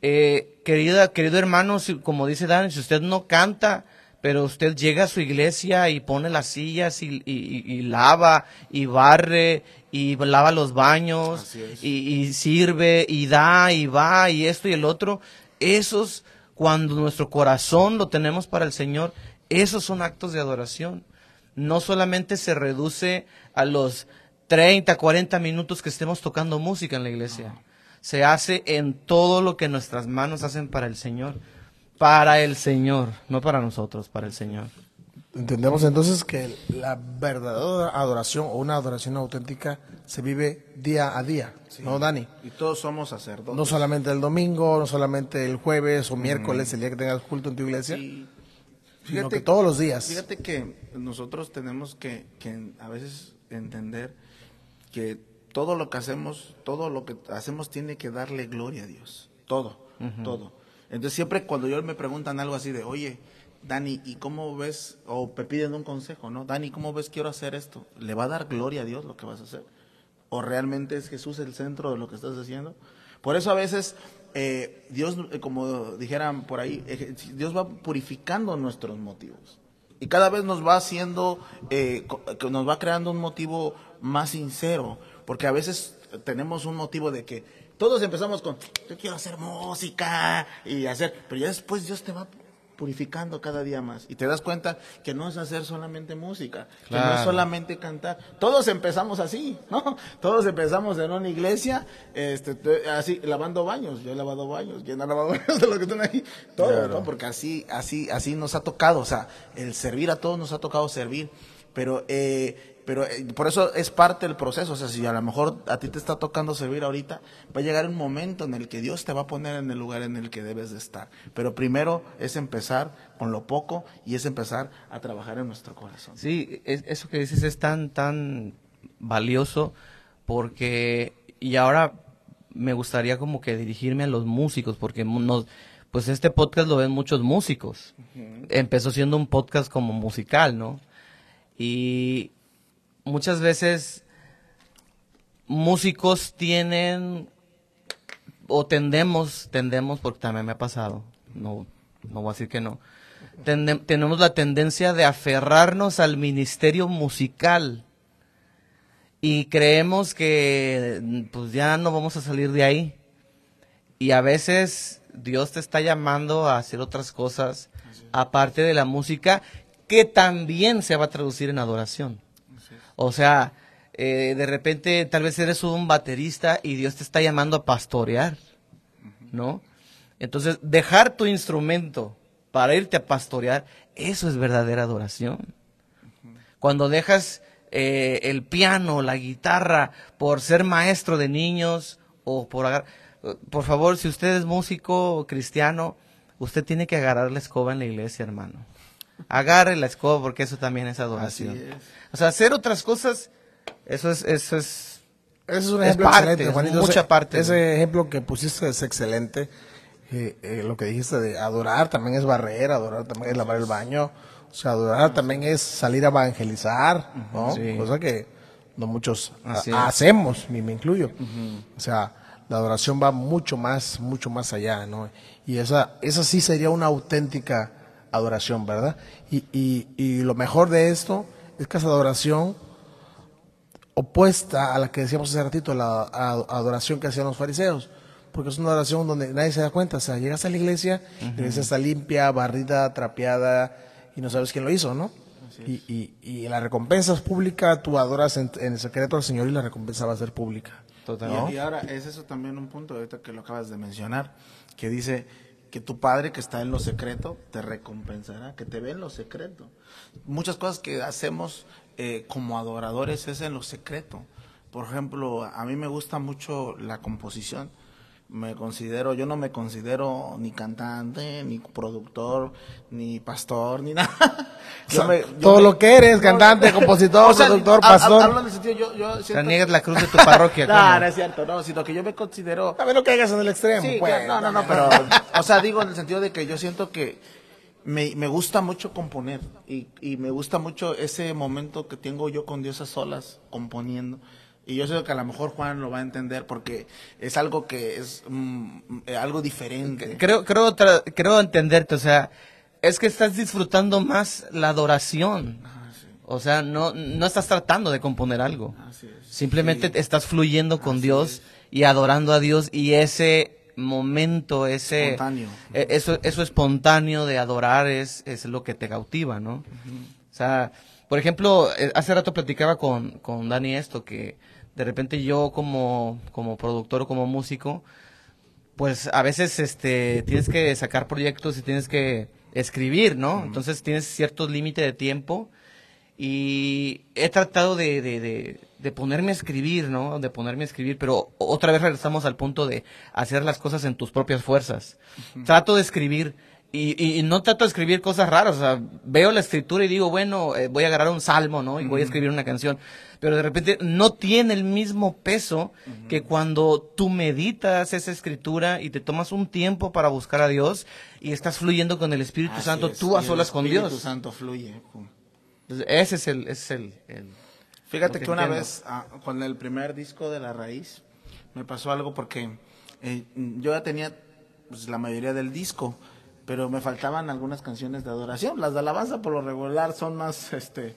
querido hermano, como dice Dani, si usted no canta, pero usted llega a su iglesia y pone las sillas y lava y barre y lava los baños Así es. y sirve y da y va y esto y el otro, esos, cuando nuestro corazón lo tenemos para el Señor, esos son actos de adoración. No solamente se reduce a los 30, 40 minutos que estemos tocando música en la iglesia. Se hace en todo lo que nuestras manos hacen para el Señor. Para el Señor, no para nosotros, para el Señor. Entendemos entonces que la verdadera adoración o una adoración auténtica se vive día a día, ¿no, Dani? Y todos somos sacerdotes. No solamente el domingo, no solamente el jueves o miércoles, el día que tengas culto en tu iglesia, Sí. sino que todos los días. Fíjate que nosotros tenemos que a veces entender que todo lo que hacemos tiene que darle gloria a Dios. Todo, todo. Entonces siempre cuando yo me preguntan algo así de, oye, Dani, ¿y cómo ves? O me piden un consejo, ¿no? Dani, ¿cómo ves? Quiero hacer esto. ¿Le va a dar gloria a Dios lo que vas a hacer? ¿O realmente es Jesús el centro de lo que estás haciendo? Por eso a veces Dios, como dijeran por ahí, Dios va purificando nuestros motivos. Y cada vez nos va haciendo, nos va creando un motivo más sincero. Porque a veces tenemos un motivo de que todos empezamos con, yo quiero hacer música y hacer, pero ya después Dios te va purificando cada día más y te das cuenta que no es hacer solamente música, que no es solamente cantar. Todos empezamos así, ¿no? Todos empezamos en una iglesia, así lavando baños. Yo he lavado baños, ¿quién ha lavado baños de los que están ahí? Todos, claro. ¿No? Porque así nos ha tocado, o sea, el servir a todos nos ha tocado servir, pero por eso es parte del proceso. O sea, si a lo mejor a ti te está tocando servir ahorita, va a llegar un momento en el que Dios te va a poner en el lugar en el que debes de estar. Pero primero es empezar con lo poco y es empezar a trabajar en nuestro corazón. Sí, eso que dices es tan valioso porque, y ahora me gustaría como que dirigirme a los músicos, porque pues este podcast lo ven muchos músicos. Empezó siendo un podcast como musical, ¿no? Y muchas veces músicos tienen o tendemos, porque también me ha pasado, no voy a decir que no, tenemos la tendencia de aferrarnos al ministerio musical y creemos que pues ya no vamos a salir de ahí, y a veces Dios te está llamando a hacer otras cosas aparte de la música, que también se va a traducir en adoración. O sea, de repente tal vez eres un baterista y Dios te está llamando a pastorear, ¿no? Entonces, dejar tu instrumento para irte a pastorear, eso es verdadera adoración. Cuando dejas el piano, la guitarra, por ser maestro de niños o por favor, si usted es músico cristiano, usted tiene que agarrar la escoba en la iglesia, hermano. Agarre la escoba, porque eso también es adoración. Así es. O sea, hacer otras cosas, eso es un ejemplo excelente, Juanito. Mucha parte. Ese ejemplo que pusiste es excelente. Lo que dijiste de adorar también es barrer, adorar también es lavar el baño. O sea, adorar también es salir a evangelizar, ¿no? Sí. Cosa que no muchos hacemos, me incluyo. O sea, la adoración va mucho más allá, ¿no? Y esa sí sería una auténtica adoración, ¿verdad? Y lo mejor de esto es que esa adoración opuesta a la que decíamos hace ratito, la adoración que hacían los fariseos, porque es una adoración donde nadie se da cuenta. O sea, llegas a la iglesia, la iglesia está limpia, barrida, trapeada, y no sabes quién lo hizo, ¿no? Y la recompensa es pública, tú adoras en el secreto al Señor y la recompensa va a ser pública. Total, ¿no? Y ahora es eso también un punto, ahorita que lo acabas de mencionar, que dice que tu Padre que está en lo secreto te recompensará, que te ve en lo secreto. Muchas cosas que hacemos como adoradores es en lo secreto. Por ejemplo, a mí me gusta mucho la composición. Yo no me considero ni cantante, ni productor, ni pastor, ni nada. Todo lo que eres, cantante, compositor, productor, pastor. Hablo en el sentido, yo siento... niegas la cruz de tu parroquia. No es cierto, no, sino que yo me considero... A ver, no caigas en el extremo, sí, pues. No, pero, o sea, digo en el sentido de que yo siento que me gusta mucho componer y me gusta mucho ese momento que tengo yo con Dios a solas, componiendo. Y yo sé que a lo mejor Juan lo va a entender porque es algo que es algo diferente. Creo entenderte, o sea, es que estás disfrutando más la adoración. Sí. O sea, no estás tratando de componer algo. Simplemente estás fluyendo con Dios y adorando a Dios, y ese momento, espontáneo. Eso espontáneo de adorar es lo que te cautiva, ¿no? O sea, por ejemplo, hace rato platicaba con Dani esto, que de repente yo como productor o como músico, pues a veces tienes que sacar proyectos y tienes que escribir, ¿no? Entonces tienes cierto límite de tiempo, y he tratado de ponerme a escribir, ¿no? De ponerme a escribir, pero otra vez regresamos al punto de hacer las cosas en tus propias fuerzas. Trato de escribir. Y no trato de escribir cosas raras, o sea, veo la escritura y digo, bueno, voy a agarrar un salmo, ¿no? Y voy a escribir una canción, pero de repente no tiene el mismo peso que cuando tú meditas esa escritura y te tomas un tiempo para buscar a Dios y estás fluyendo con el Espíritu Santo, tú a solas con Dios. El Espíritu Santo fluye. Entonces, ese es el Fíjate que una vez, con el primer disco de La Raíz, me pasó algo porque Yo ya tenía pues, la mayoría del disco, pero me faltaban algunas canciones de adoración. Las de alabanza por lo regular son más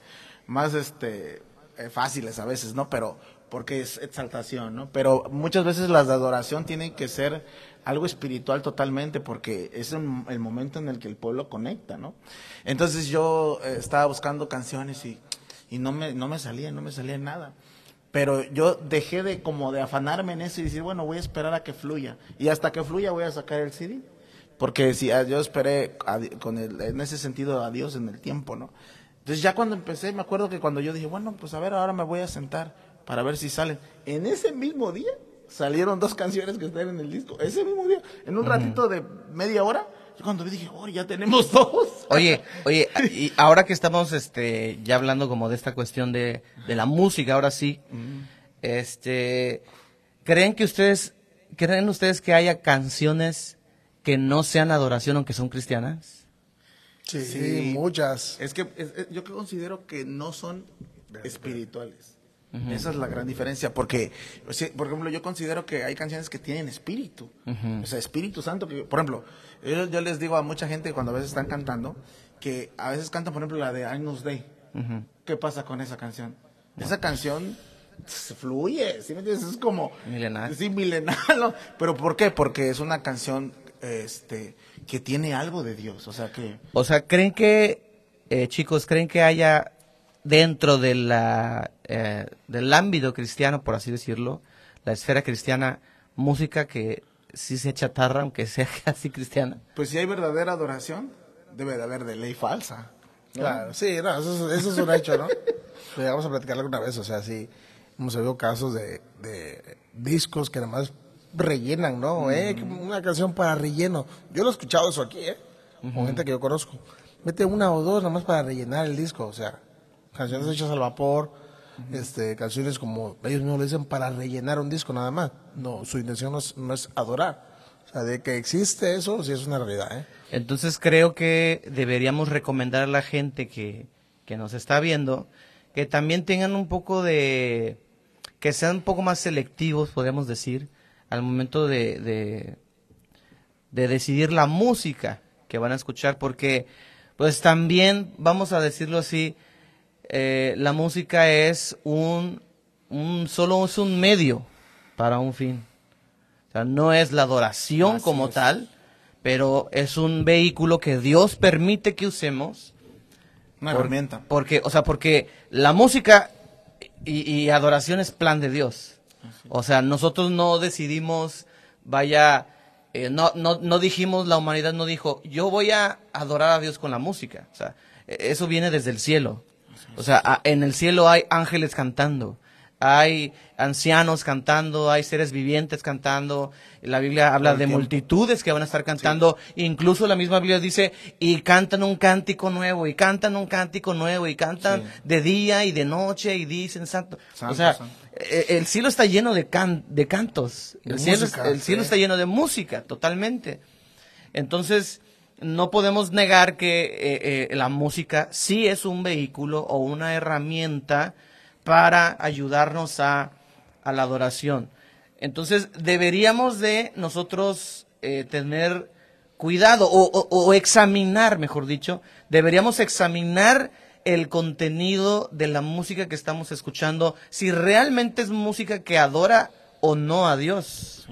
fáciles a veces, ¿no? Pero porque es exaltación, ¿no? Pero muchas veces las de adoración tienen que ser algo espiritual totalmente, porque es el momento en el que el pueblo conecta, ¿no? Entonces yo estaba buscando canciones y no me salía nada. Pero yo dejé de afanarme en eso y decir, bueno, voy a esperar a que fluya. Y hasta que fluya voy a sacar el CD. Porque si yo esperé en ese sentido a Dios en el tiempo, ¿no? Entonces ya cuando empecé, me acuerdo que cuando yo dije, bueno, pues a ver, ahora me voy a sentar para ver si salen. En ese mismo día salieron 2 canciones que están en el disco. Ese mismo día, en un ratito de media hora, yo cuando vi dije, oh, ya tenemos 2. Oye, y ahora que estamos ya hablando como de esta cuestión de la música, ahora sí, ¿creen ustedes que haya canciones que no sean adoración aunque son cristianas? Sí, muchas. Es que yo considero que no son espirituales. Esa es la gran diferencia, porque, por ejemplo, yo considero que hay canciones que tienen espíritu, o sea, Espíritu Santo, que, por ejemplo, yo les digo a mucha gente cuando a veces están cantando, que a veces cantan, por ejemplo, la de Agnus Dei. ¿Qué pasa con esa canción? Esa canción fluye, ¿sí me entiendes? Es como... Milenar. Sí, milenar, ¿no? ¿Pero por qué? Porque es una canción, que tiene algo de Dios, o sea que... O sea, ¿creen que, chicos, creen que haya dentro de del ámbito cristiano, por así decirlo, la esfera cristiana, música que sí se chatarra, aunque sea casi cristiana? Pues si hay verdadera adoración, debe de haber de ley falsa, ¿no? Claro, sí, no, eso es un hecho, ¿no? Vamos a platicarlo alguna vez, o sea, sí, hemos oído casos de discos que nada más rellenan, ¿no? Una canción para relleno. Yo lo he escuchado eso aquí, con gente que yo conozco. Mete 1 o 2 nada más para rellenar el disco, o sea, canciones hechas al vapor, canciones como ellos no lo dicen para rellenar un disco nada más. No, su intención no es adorar. O sea, de que existe eso, sí es una realidad, Entonces creo que deberíamos recomendar a la gente que nos está viendo que también tengan un poco que sean un poco más selectivos, podríamos decir, al momento de decidir la música que van a escuchar, porque pues también, vamos a decirlo así, la música es solo es un medio para un fin. O sea, no es la adoración Así como es. tal, pero es un vehículo que Dios permite que usemos. Una herramienta. Porque la música y adoración es plan de Dios. O sea, nosotros no decidimos, no dijimos, la humanidad no dijo, yo voy a adorar a Dios con la música. O sea, eso viene desde el cielo. O sea, en el cielo hay ángeles cantando, hay ancianos cantando, hay seres vivientes cantando. La Biblia habla de multitudes que van a estar cantando. Sí. Incluso la misma Biblia dice, y cantan un cántico nuevo, y cantan un cántico nuevo, y cantan de día y de noche, y dicen santo. O sea, el cielo está lleno de cantos. El cielo está lleno de música, totalmente. Entonces, no podemos negar que la música sí es un vehículo o una herramienta para ayudarnos a la adoración. Entonces, deberíamos de nosotros tener cuidado o examinar, mejor dicho, deberíamos examinar el contenido de la música que estamos escuchando, si realmente es música que adora o no a Dios.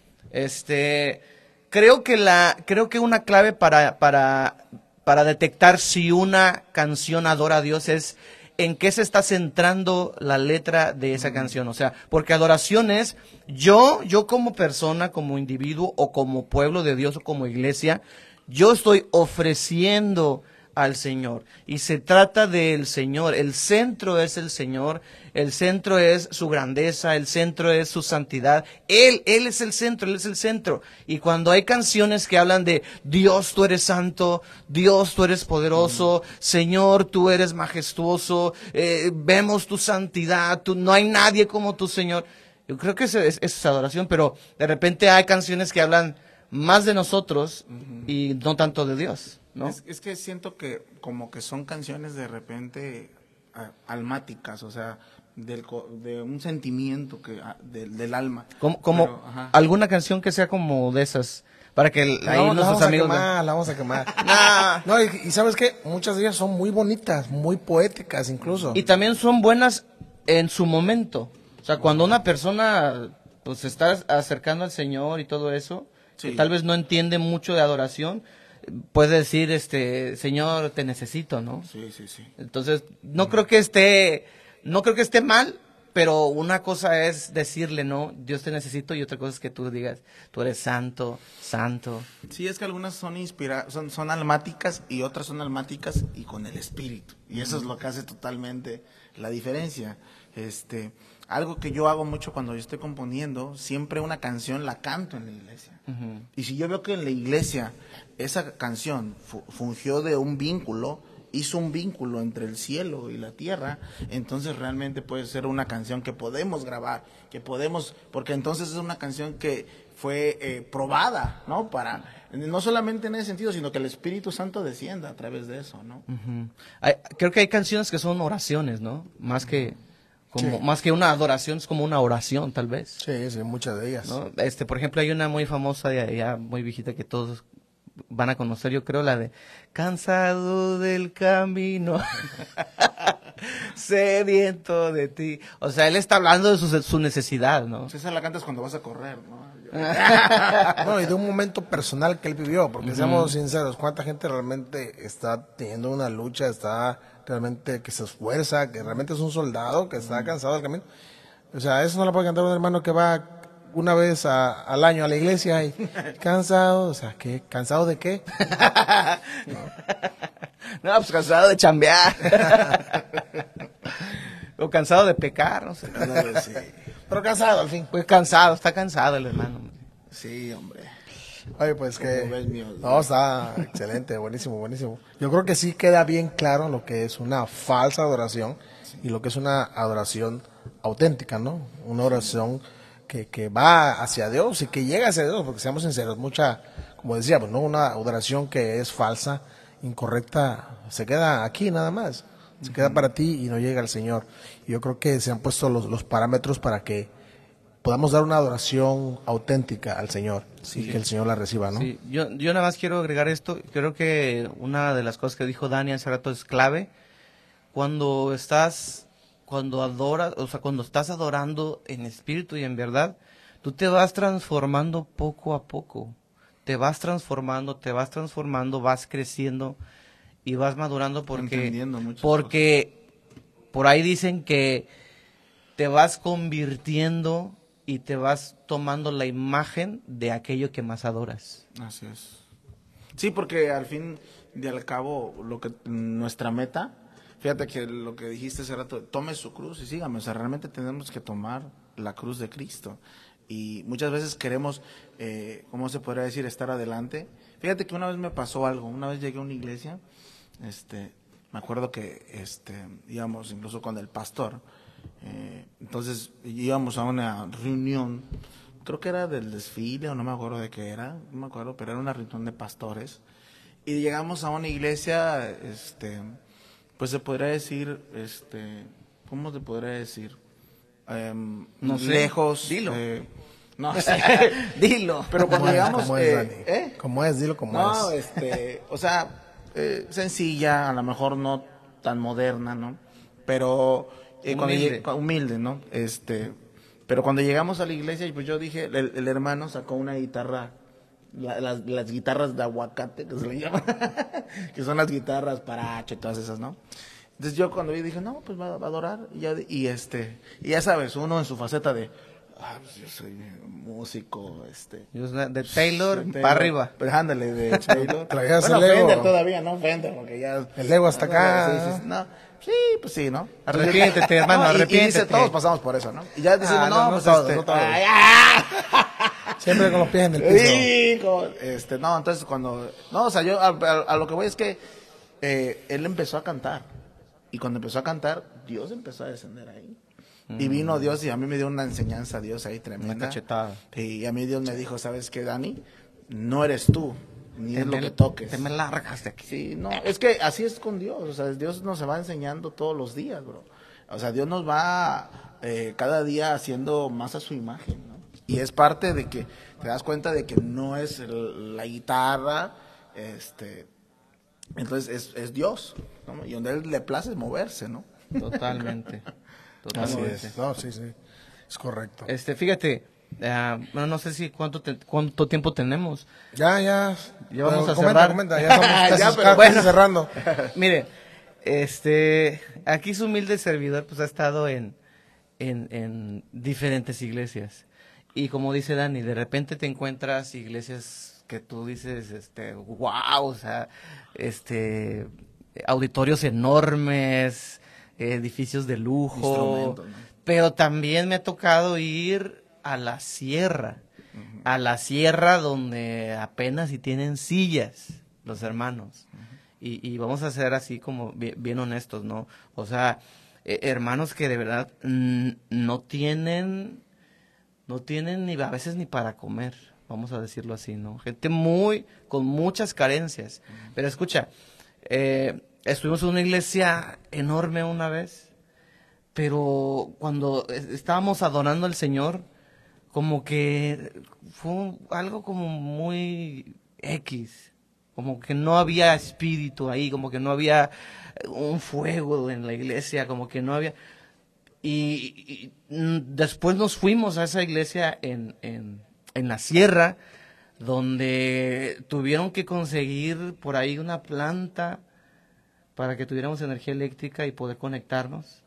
Creo que una clave para detectar si una canción adora a Dios es en qué se está centrando la letra de esa canción. O sea, porque adoración es yo como persona, como individuo o como pueblo de Dios o como iglesia, yo estoy ofreciendo al Señor. Y se trata del Señor. El centro es el Señor. El centro es su grandeza. El centro es su santidad. Él es el centro. Él es el centro. Y cuando hay canciones que hablan de Dios, tú eres santo. Dios, tú eres poderoso. Señor, tú eres majestuoso. Vemos tu santidad. No hay nadie como tu Señor. Yo creo que eso es adoración. Pero de repente hay canciones que hablan más de nosotros y no tanto de Dios, ¿no? Es que siento que como que son canciones de repente almáticas, o sea, de un sentimiento del alma. Como Pero, ajá. alguna canción que sea como de esas, para que ahí La nuestros vamos a amigos... quemar, la vamos a quemar. No, y ¿sabes qué? Muchas de ellas son muy bonitas, muy poéticas incluso. Y también son buenas en su momento. O sea, cuando una persona pues se está acercando al Señor y todo eso, Sí. que tal vez no entiende mucho de adoración, puede decir, Señor, te necesito, ¿no? Sí, sí, sí. Entonces, no creo que esté mal, pero una cosa es decirle, no, Dios te necesito, y otra cosa es que tú digas, tú eres santo, santo. Sí, es que algunas son almáticas y otras son almáticas y con el espíritu. Y eso es lo que hace totalmente la diferencia. Algo que yo hago mucho cuando yo estoy componiendo, siempre una canción la canto en la iglesia. Y si yo veo que en la iglesia esa canción fungió de un vínculo, hizo un vínculo entre el cielo y la tierra, entonces realmente puede ser una canción que podemos grabar, porque entonces es una canción que fue probada, ¿no? No solamente en ese sentido, sino que el Espíritu Santo descienda a través de eso, ¿no? Creo que hay canciones que son oraciones, ¿no? Más que Sí. más que una adoración, es como una oración, tal vez. Sí, sí, muchas de ellas. ¿No? Por ejemplo, hay una muy famosa de allá, muy viejita, que todos van a conocer, yo creo, la de Cansado del camino, sediento de ti. O sea, él está hablando de su necesidad, ¿no? Pues esa la cantas cuando vas a correr, ¿no? No, y de un momento personal que él vivió, porque seamos sinceros, ¿cuánta gente realmente está teniendo una lucha, está realmente que se esfuerza, que realmente es un soldado, que está cansado del camino? O sea, eso no lo puede cantar un hermano que va una vez al año a la iglesia y cansado, o sea, ¿qué? ¿Cansado de qué? No, pues cansado de chambear. O cansado de pecar, no sé. Sí, Pero cansado al fin. Pues cansado, está cansado el hermano. sí, hombre. Oye, pues Como que... ves, mío. No, está excelente, buenísimo, buenísimo. Yo creo que sí queda bien claro lo que es una falsa adoración y lo que es una adoración auténtica, ¿no? Una oración que va hacia Dios y que llega hacia Dios, porque seamos sinceros, mucha, como decíamos, ¿no? Una adoración que es falsa, incorrecta, se queda aquí nada más. Se queda para ti y no llega al Señor. Y yo creo que se han puesto los parámetros para que podamos dar una adoración auténtica al Señor y que el Señor la reciba, ¿no? Sí, yo nada más quiero agregar esto. Creo que una de las cosas que dijo Dani hace rato es clave. Cuando adoras, o sea, cuando estás adorando en espíritu y en verdad, tú te vas transformando poco a poco. Te vas transformando, vas creciendo y vas madurando Entendiendo muchas porque por ahí dicen que te vas convirtiendo y te vas tomando la imagen de aquello que más adoras. Así es. Sí, porque al fin y al cabo, nuestra meta, fíjate que lo que dijiste hace rato, tome su cruz y sígame. O sea, realmente tenemos que tomar la cruz de Cristo. Y muchas veces queremos, ¿cómo se podría decir?, estar adelante. Fíjate que una vez me pasó algo. Una vez llegué a una iglesia, me acuerdo que íbamos incluso con el pastor. Entonces íbamos a una reunión, creo que era del desfile o no me acuerdo de qué era, no me acuerdo, pero era una reunión de pastores. Y llegamos a una iglesia, pues se podría decir, ¿cómo se podría decir? No sé, Lejos. dilo. No sé. Dilo. Pero cuando llegamos, ¿Cómo es, Dani? ¿Cómo es? Dilo como no, es. o sea, sencilla, a lo mejor no tan moderna, ¿no? Pero Humilde. humilde, ¿no? Pero cuando llegamos a la iglesia, pues yo dije, el hermano sacó una guitarra, las guitarras de aguacate, que se le llama, que son las guitarras paracho y todas esas, ¿no? Entonces yo cuando vi dije, no, pues va a adorar, y ya sabes, uno en su faceta de, pues yo soy músico, De Taylor para arriba. Pero ándale, de Taylor. Traías Bueno, el ego. Fender todavía, ¿no? Fender, porque ya... El ego hasta acá. Sí, no. Sí, pues sí, ¿no? Arrepiéntete, hermano, No, y arrepiéntete. dice, todos pasamos por eso, ¿no? Y ya decimos, no, no, pues todos, no todos. ay, Siempre con los pies en el piso. hijo, no, entonces no, o sea, yo a lo que voy es que él empezó a cantar. Y cuando empezó a cantar, Dios empezó a descender ahí. Y vino Dios y a mí me dio una enseñanza Dios ahí tremenda. Una cachetada. Y a mí Dios me dijo, ¿sabes qué, Dani? No eres tú, ni es lo que toques. Te me largas de aquí. Sí, no, es que así es con Dios, o sea, Dios nos va enseñando todos los días, bro. O sea, Dios nos va cada día haciendo más a su imagen, ¿no? Y es parte de que te das cuenta de que no es la guitarra, entonces es Dios, ¿no? Y donde Él le place moverse, ¿no? Totalmente. Así Totalmente. es. No, sí, es correcto. Fíjate, bueno, no sé si cuánto tiempo tenemos. Ya vamos a comenta, cerrar. Comenta, ya estamos casi, Ya, pero casi bueno. cerrando. Mire, aquí su humilde servidor pues ha estado en diferentes iglesias. Y como dice Dani, de repente te encuentras iglesias que tú dices, wow, o sea, auditorios enormes, edificios de lujo. Instrumentos, ¿no? Pero también me ha tocado ir a la sierra. A la sierra donde apenas si tienen sillas los hermanos. Y vamos a ser así como bien honestos, ¿no? O sea, hermanos que de verdad no tienen ni a veces ni para comer, vamos a decirlo así, ¿no? Gente con muchas carencias. Pero escucha, estuvimos en una iglesia enorme una vez, pero cuando estábamos adorando al Señor, como que fue algo como muy X, como que no había espíritu ahí, como que no había un fuego en la iglesia, como que no había... Y después nos fuimos a esa iglesia en la sierra, donde tuvieron que conseguir por ahí una planta para que tuviéramos energía eléctrica y poder conectarnos.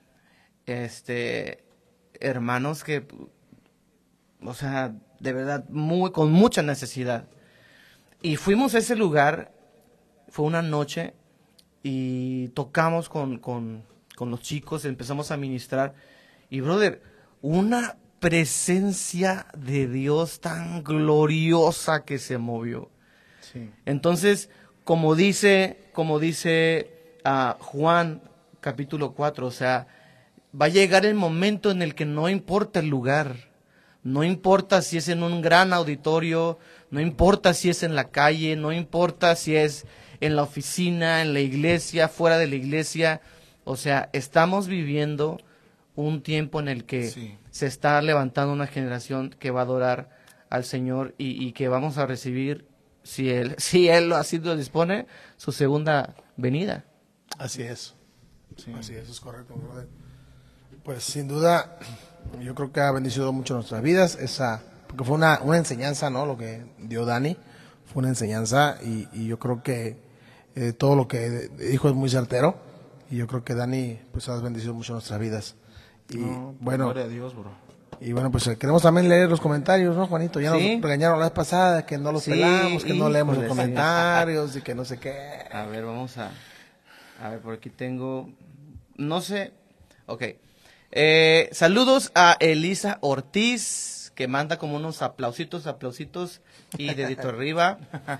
Hermanos que, o sea, de verdad, con mucha necesidad. Y fuimos a ese lugar, fue una noche, y tocamos con los chicos, empezamos a ministrar, y brother, una presencia de Dios tan gloriosa que se movió. Sí. Entonces, como dice Juan capítulo 4, o sea, va a llegar el momento en el que no importa el lugar, no importa si es en un gran auditorio, no importa si es en la calle, no importa si es en la oficina, en la iglesia, fuera de la iglesia. O sea, estamos viviendo un tiempo en el que Sí. se está levantando una generación que va a adorar al Señor y que vamos a recibir, si Él así lo dispone, su segunda venida. Así es. Sí. Así es, es correcto, brother. Pues sin duda, yo creo que ha bendecido mucho nuestras vidas, porque fue una enseñanza, ¿no? Lo que dio Dani, fue una enseñanza y yo creo que todo lo que dijo es muy certero y yo creo que Dani, pues has bendecido mucho nuestras vidas. Y bueno, Gloria a Dios, bro. y bueno, pues queremos también leer los comentarios, ¿no, Juanito? Ya Sí. nos regañaron la vez pasada que no los Sí, pelamos, que no leemos los híjole, sí. comentarios y que no sé qué. A ver, vamos a ver, por aquí tengo, no sé, ok. Saludos a Elisa Ortiz, que manda como unos aplausitos y dedito arriba.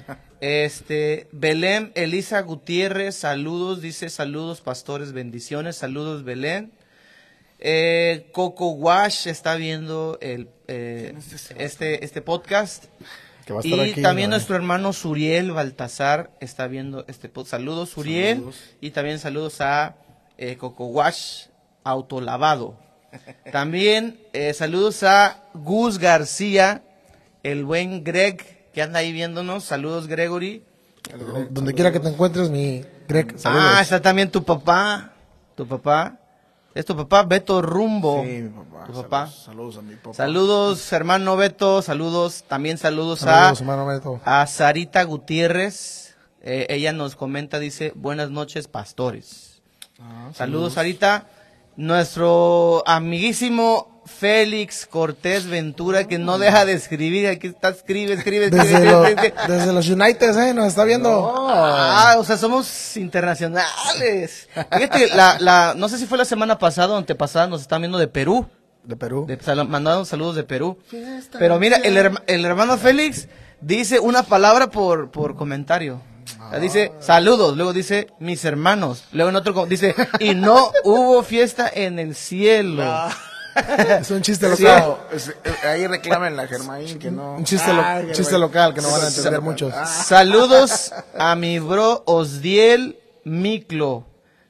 Belén Elisa Gutiérrez, saludos, dice saludos pastores, bendiciones, saludos Belén. Coco Wash está viendo este podcast. Que va a estar Y aquí, también ¿no? nuestro hermano Suriel Baltasar está viendo este podcast. Saludos, Suriel. Saludos. Y también saludos a Coco Wash Autolavado. También saludos a Gus García, el buen Greg, que anda ahí viéndonos. Saludos, Gregory. Donde quiera que te encuentres, mi Greg, saludos. Está también tu papá. Es tu papá, Beto Rumbo. Sí, mi papá. Tu papá. Saludos a mi papá. Saludos, hermano Beto. Saludos, también saludos hermano Beto. a Sarita Gutiérrez. Ella nos comenta, dice, buenas noches, pastores. Saludos, Sarita. Nuestro amiguísimo Félix Cortés Ventura, que no deja de escribir, aquí está, escribe. Desde los United, nos está viendo. O sea, somos internacionales. Fíjate, no sé si fue la semana pasada o antepasada, nos están viendo de Perú. De Perú. Mandaron saludos de Perú. Pero mira, el hermano Félix dice una palabra por comentario. Dice saludos, luego dice mis hermanos, luego en otro dice y no hubo fiesta en el cielo. Es un chiste local. Ahí reclamen la Germain que no. Un chiste local que no van a entender muchos. Saludos a mi bro Osdiel Miclo.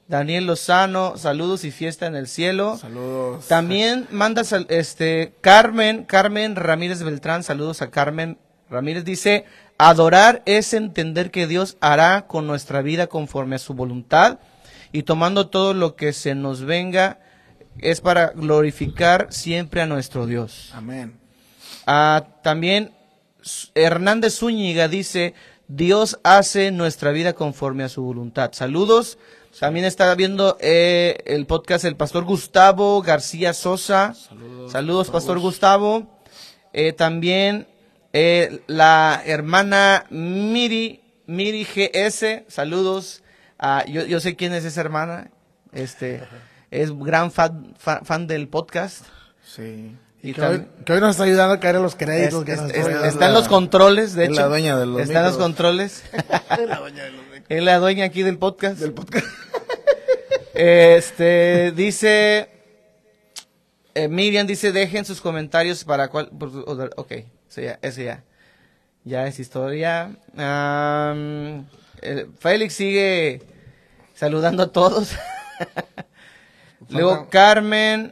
Daniel Lozano, saludos y fiesta en el cielo. Saludos. También manda Carmen Ramírez Beltrán, saludos a Carmen Ramírez, dice, adorar es entender que Dios hará con nuestra vida conforme a su voluntad y tomando todo lo que se nos venga es para glorificar siempre a nuestro Dios. Amén. También Hernández Zúñiga dice, Dios hace nuestra vida conforme a su voluntad. Saludos. También está viendo el podcast el pastor Gustavo García Sosa. Saludos Pastor Gustavo. También la hermana Miri GS. Saludos. Yo sé quién es esa hermana. Es gran fan del podcast. Sí. Y que hoy nos está ayudando a caer en los créditos. Está en los controles, de hecho. Es la dueña de los Está en los controles. Es la dueña de los micros. Es la dueña aquí del podcast. Dice Miriam dice, dejen sus comentarios para cuál. Ok, eso ya es historia. Félix sigue saludando a todos. Luego Carmen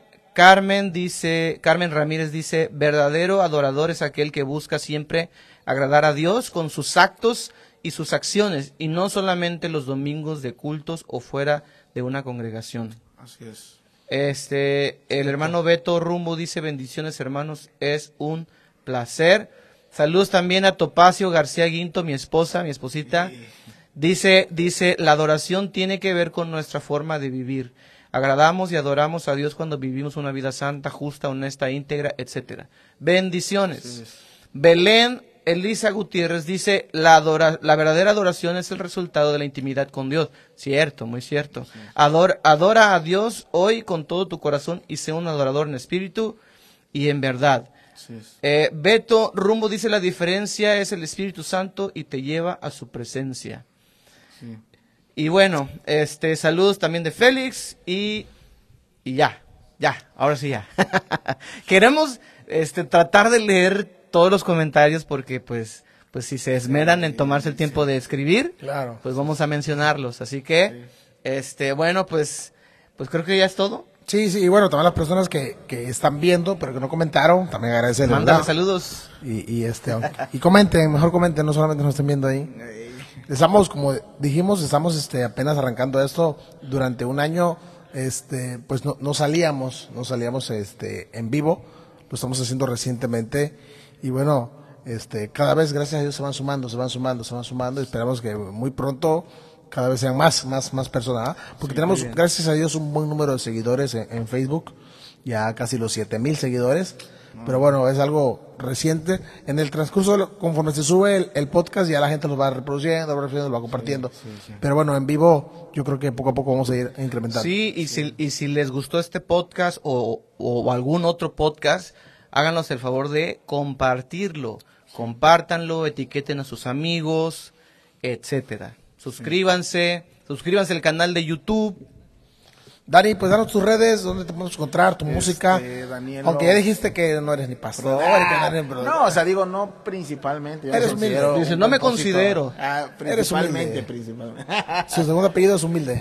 Ramírez dice, verdadero adorador es aquel que busca siempre agradar a Dios con sus actos y sus acciones, y no solamente los domingos de cultos o fuera de una congregación. Así es. El hermano Beto Rumbo dice, bendiciones hermanos, es un placer. Saludos también a Topacio García Guinto, mi esposita. Dice, la adoración tiene que ver con nuestra forma de vivir. Agradamos y adoramos a Dios cuando vivimos una vida santa, justa, honesta, íntegra, etcétera. Bendiciones. Sí. Belén Elisa Gutiérrez dice, la verdadera adoración es el resultado de la intimidad con Dios. Cierto, muy cierto. Sí. Adora a Dios hoy con todo tu corazón y sé un adorador en espíritu y en verdad. Sí. Beto Rumbo dice, la diferencia es el Espíritu Santo y te lleva a su presencia. Sí. Y bueno, saludos también de Félix y ya, ahora sí ya. Queremos tratar de leer todos los comentarios porque pues si se esmeran en tomarse el tiempo de escribir, claro, pues vamos a mencionarlos. Así que, bueno, pues creo que ya es todo. Sí, y bueno, también las personas que están viendo, pero que no comentaron, también agradecerles. Mándale saludos. Y comenten, mejor comenten, no solamente nos estén viendo ahí. Estamos, como dijimos, apenas arrancando esto. Durante un año, pues no salíamos en vivo. Lo estamos haciendo recientemente. Y bueno, cada vez, gracias a Dios, se van sumando. Y esperamos que muy pronto cada vez sean más personas. Porque sí, tenemos, gracias a Dios, un buen número de seguidores en Facebook. Ya casi los 7,000 seguidores. Pero bueno, es algo reciente. En el transcurso, conforme se sube el podcast, ya la gente lo va reproduciendo, lo va compartiendo. Sí. Pero bueno, en vivo, yo creo que poco a poco vamos a ir incrementando. Sí, y si les gustó este podcast o algún otro podcast, háganos el favor de compartirlo. Compártanlo, etiqueten a sus amigos, etcétera. Suscríbanse al canal de YouTube. Dani, pues danos tus redes, donde te podemos encontrar, tu música. Danielo, aunque ya dijiste que no eres ni pastor. No, o sea, digo, no principalmente. Eres humilde. Dice, no me considero. Principalmente. Su segundo apellido es humilde.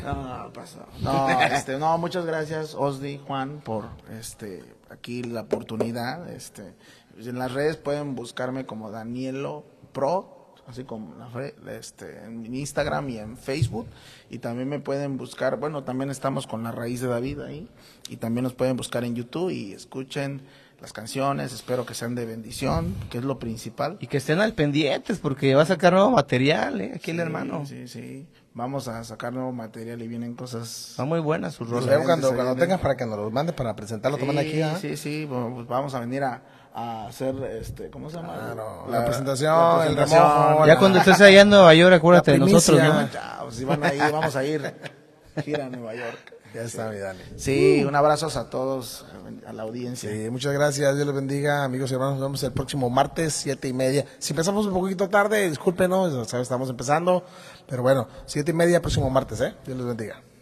No, muchas gracias, Osdi, Juan, por aquí la oportunidad. En las redes pueden buscarme como Danielo Pro, así como en Instagram y en Facebook, y también me pueden buscar, bueno, también estamos con La Raíz de David ahí, y también nos pueden buscar en YouTube y escuchen las canciones, espero que sean de bendición, que es lo principal. Y que estén al pendientes, porque va a sacar nuevo material, aquí el hermano. Sí, vamos a sacar nuevo material y vienen cosas... Están muy buenas sus rolas. Cuando tengas para que nos los mandes para presentarlo, toman aquí. Sí, pues vamos a venir a hacer, ¿cómo se llama? La presentación, el remojo. Ya cuando estés allá en Nueva York, acuérdate de nosotros, ¿no? Ya, pues si van ahí, vamos a ir. Gira a Nueva York. Ya está, mi Dani. Sí, un abrazo a todos, a la audiencia. Sí, muchas gracias, Dios les bendiga, amigos y hermanos. Nos vemos el próximo martes, 7:30. Si empezamos un poquito tarde, discúlpenos, estamos empezando. Pero bueno, 7:30, próximo martes, Dios les bendiga.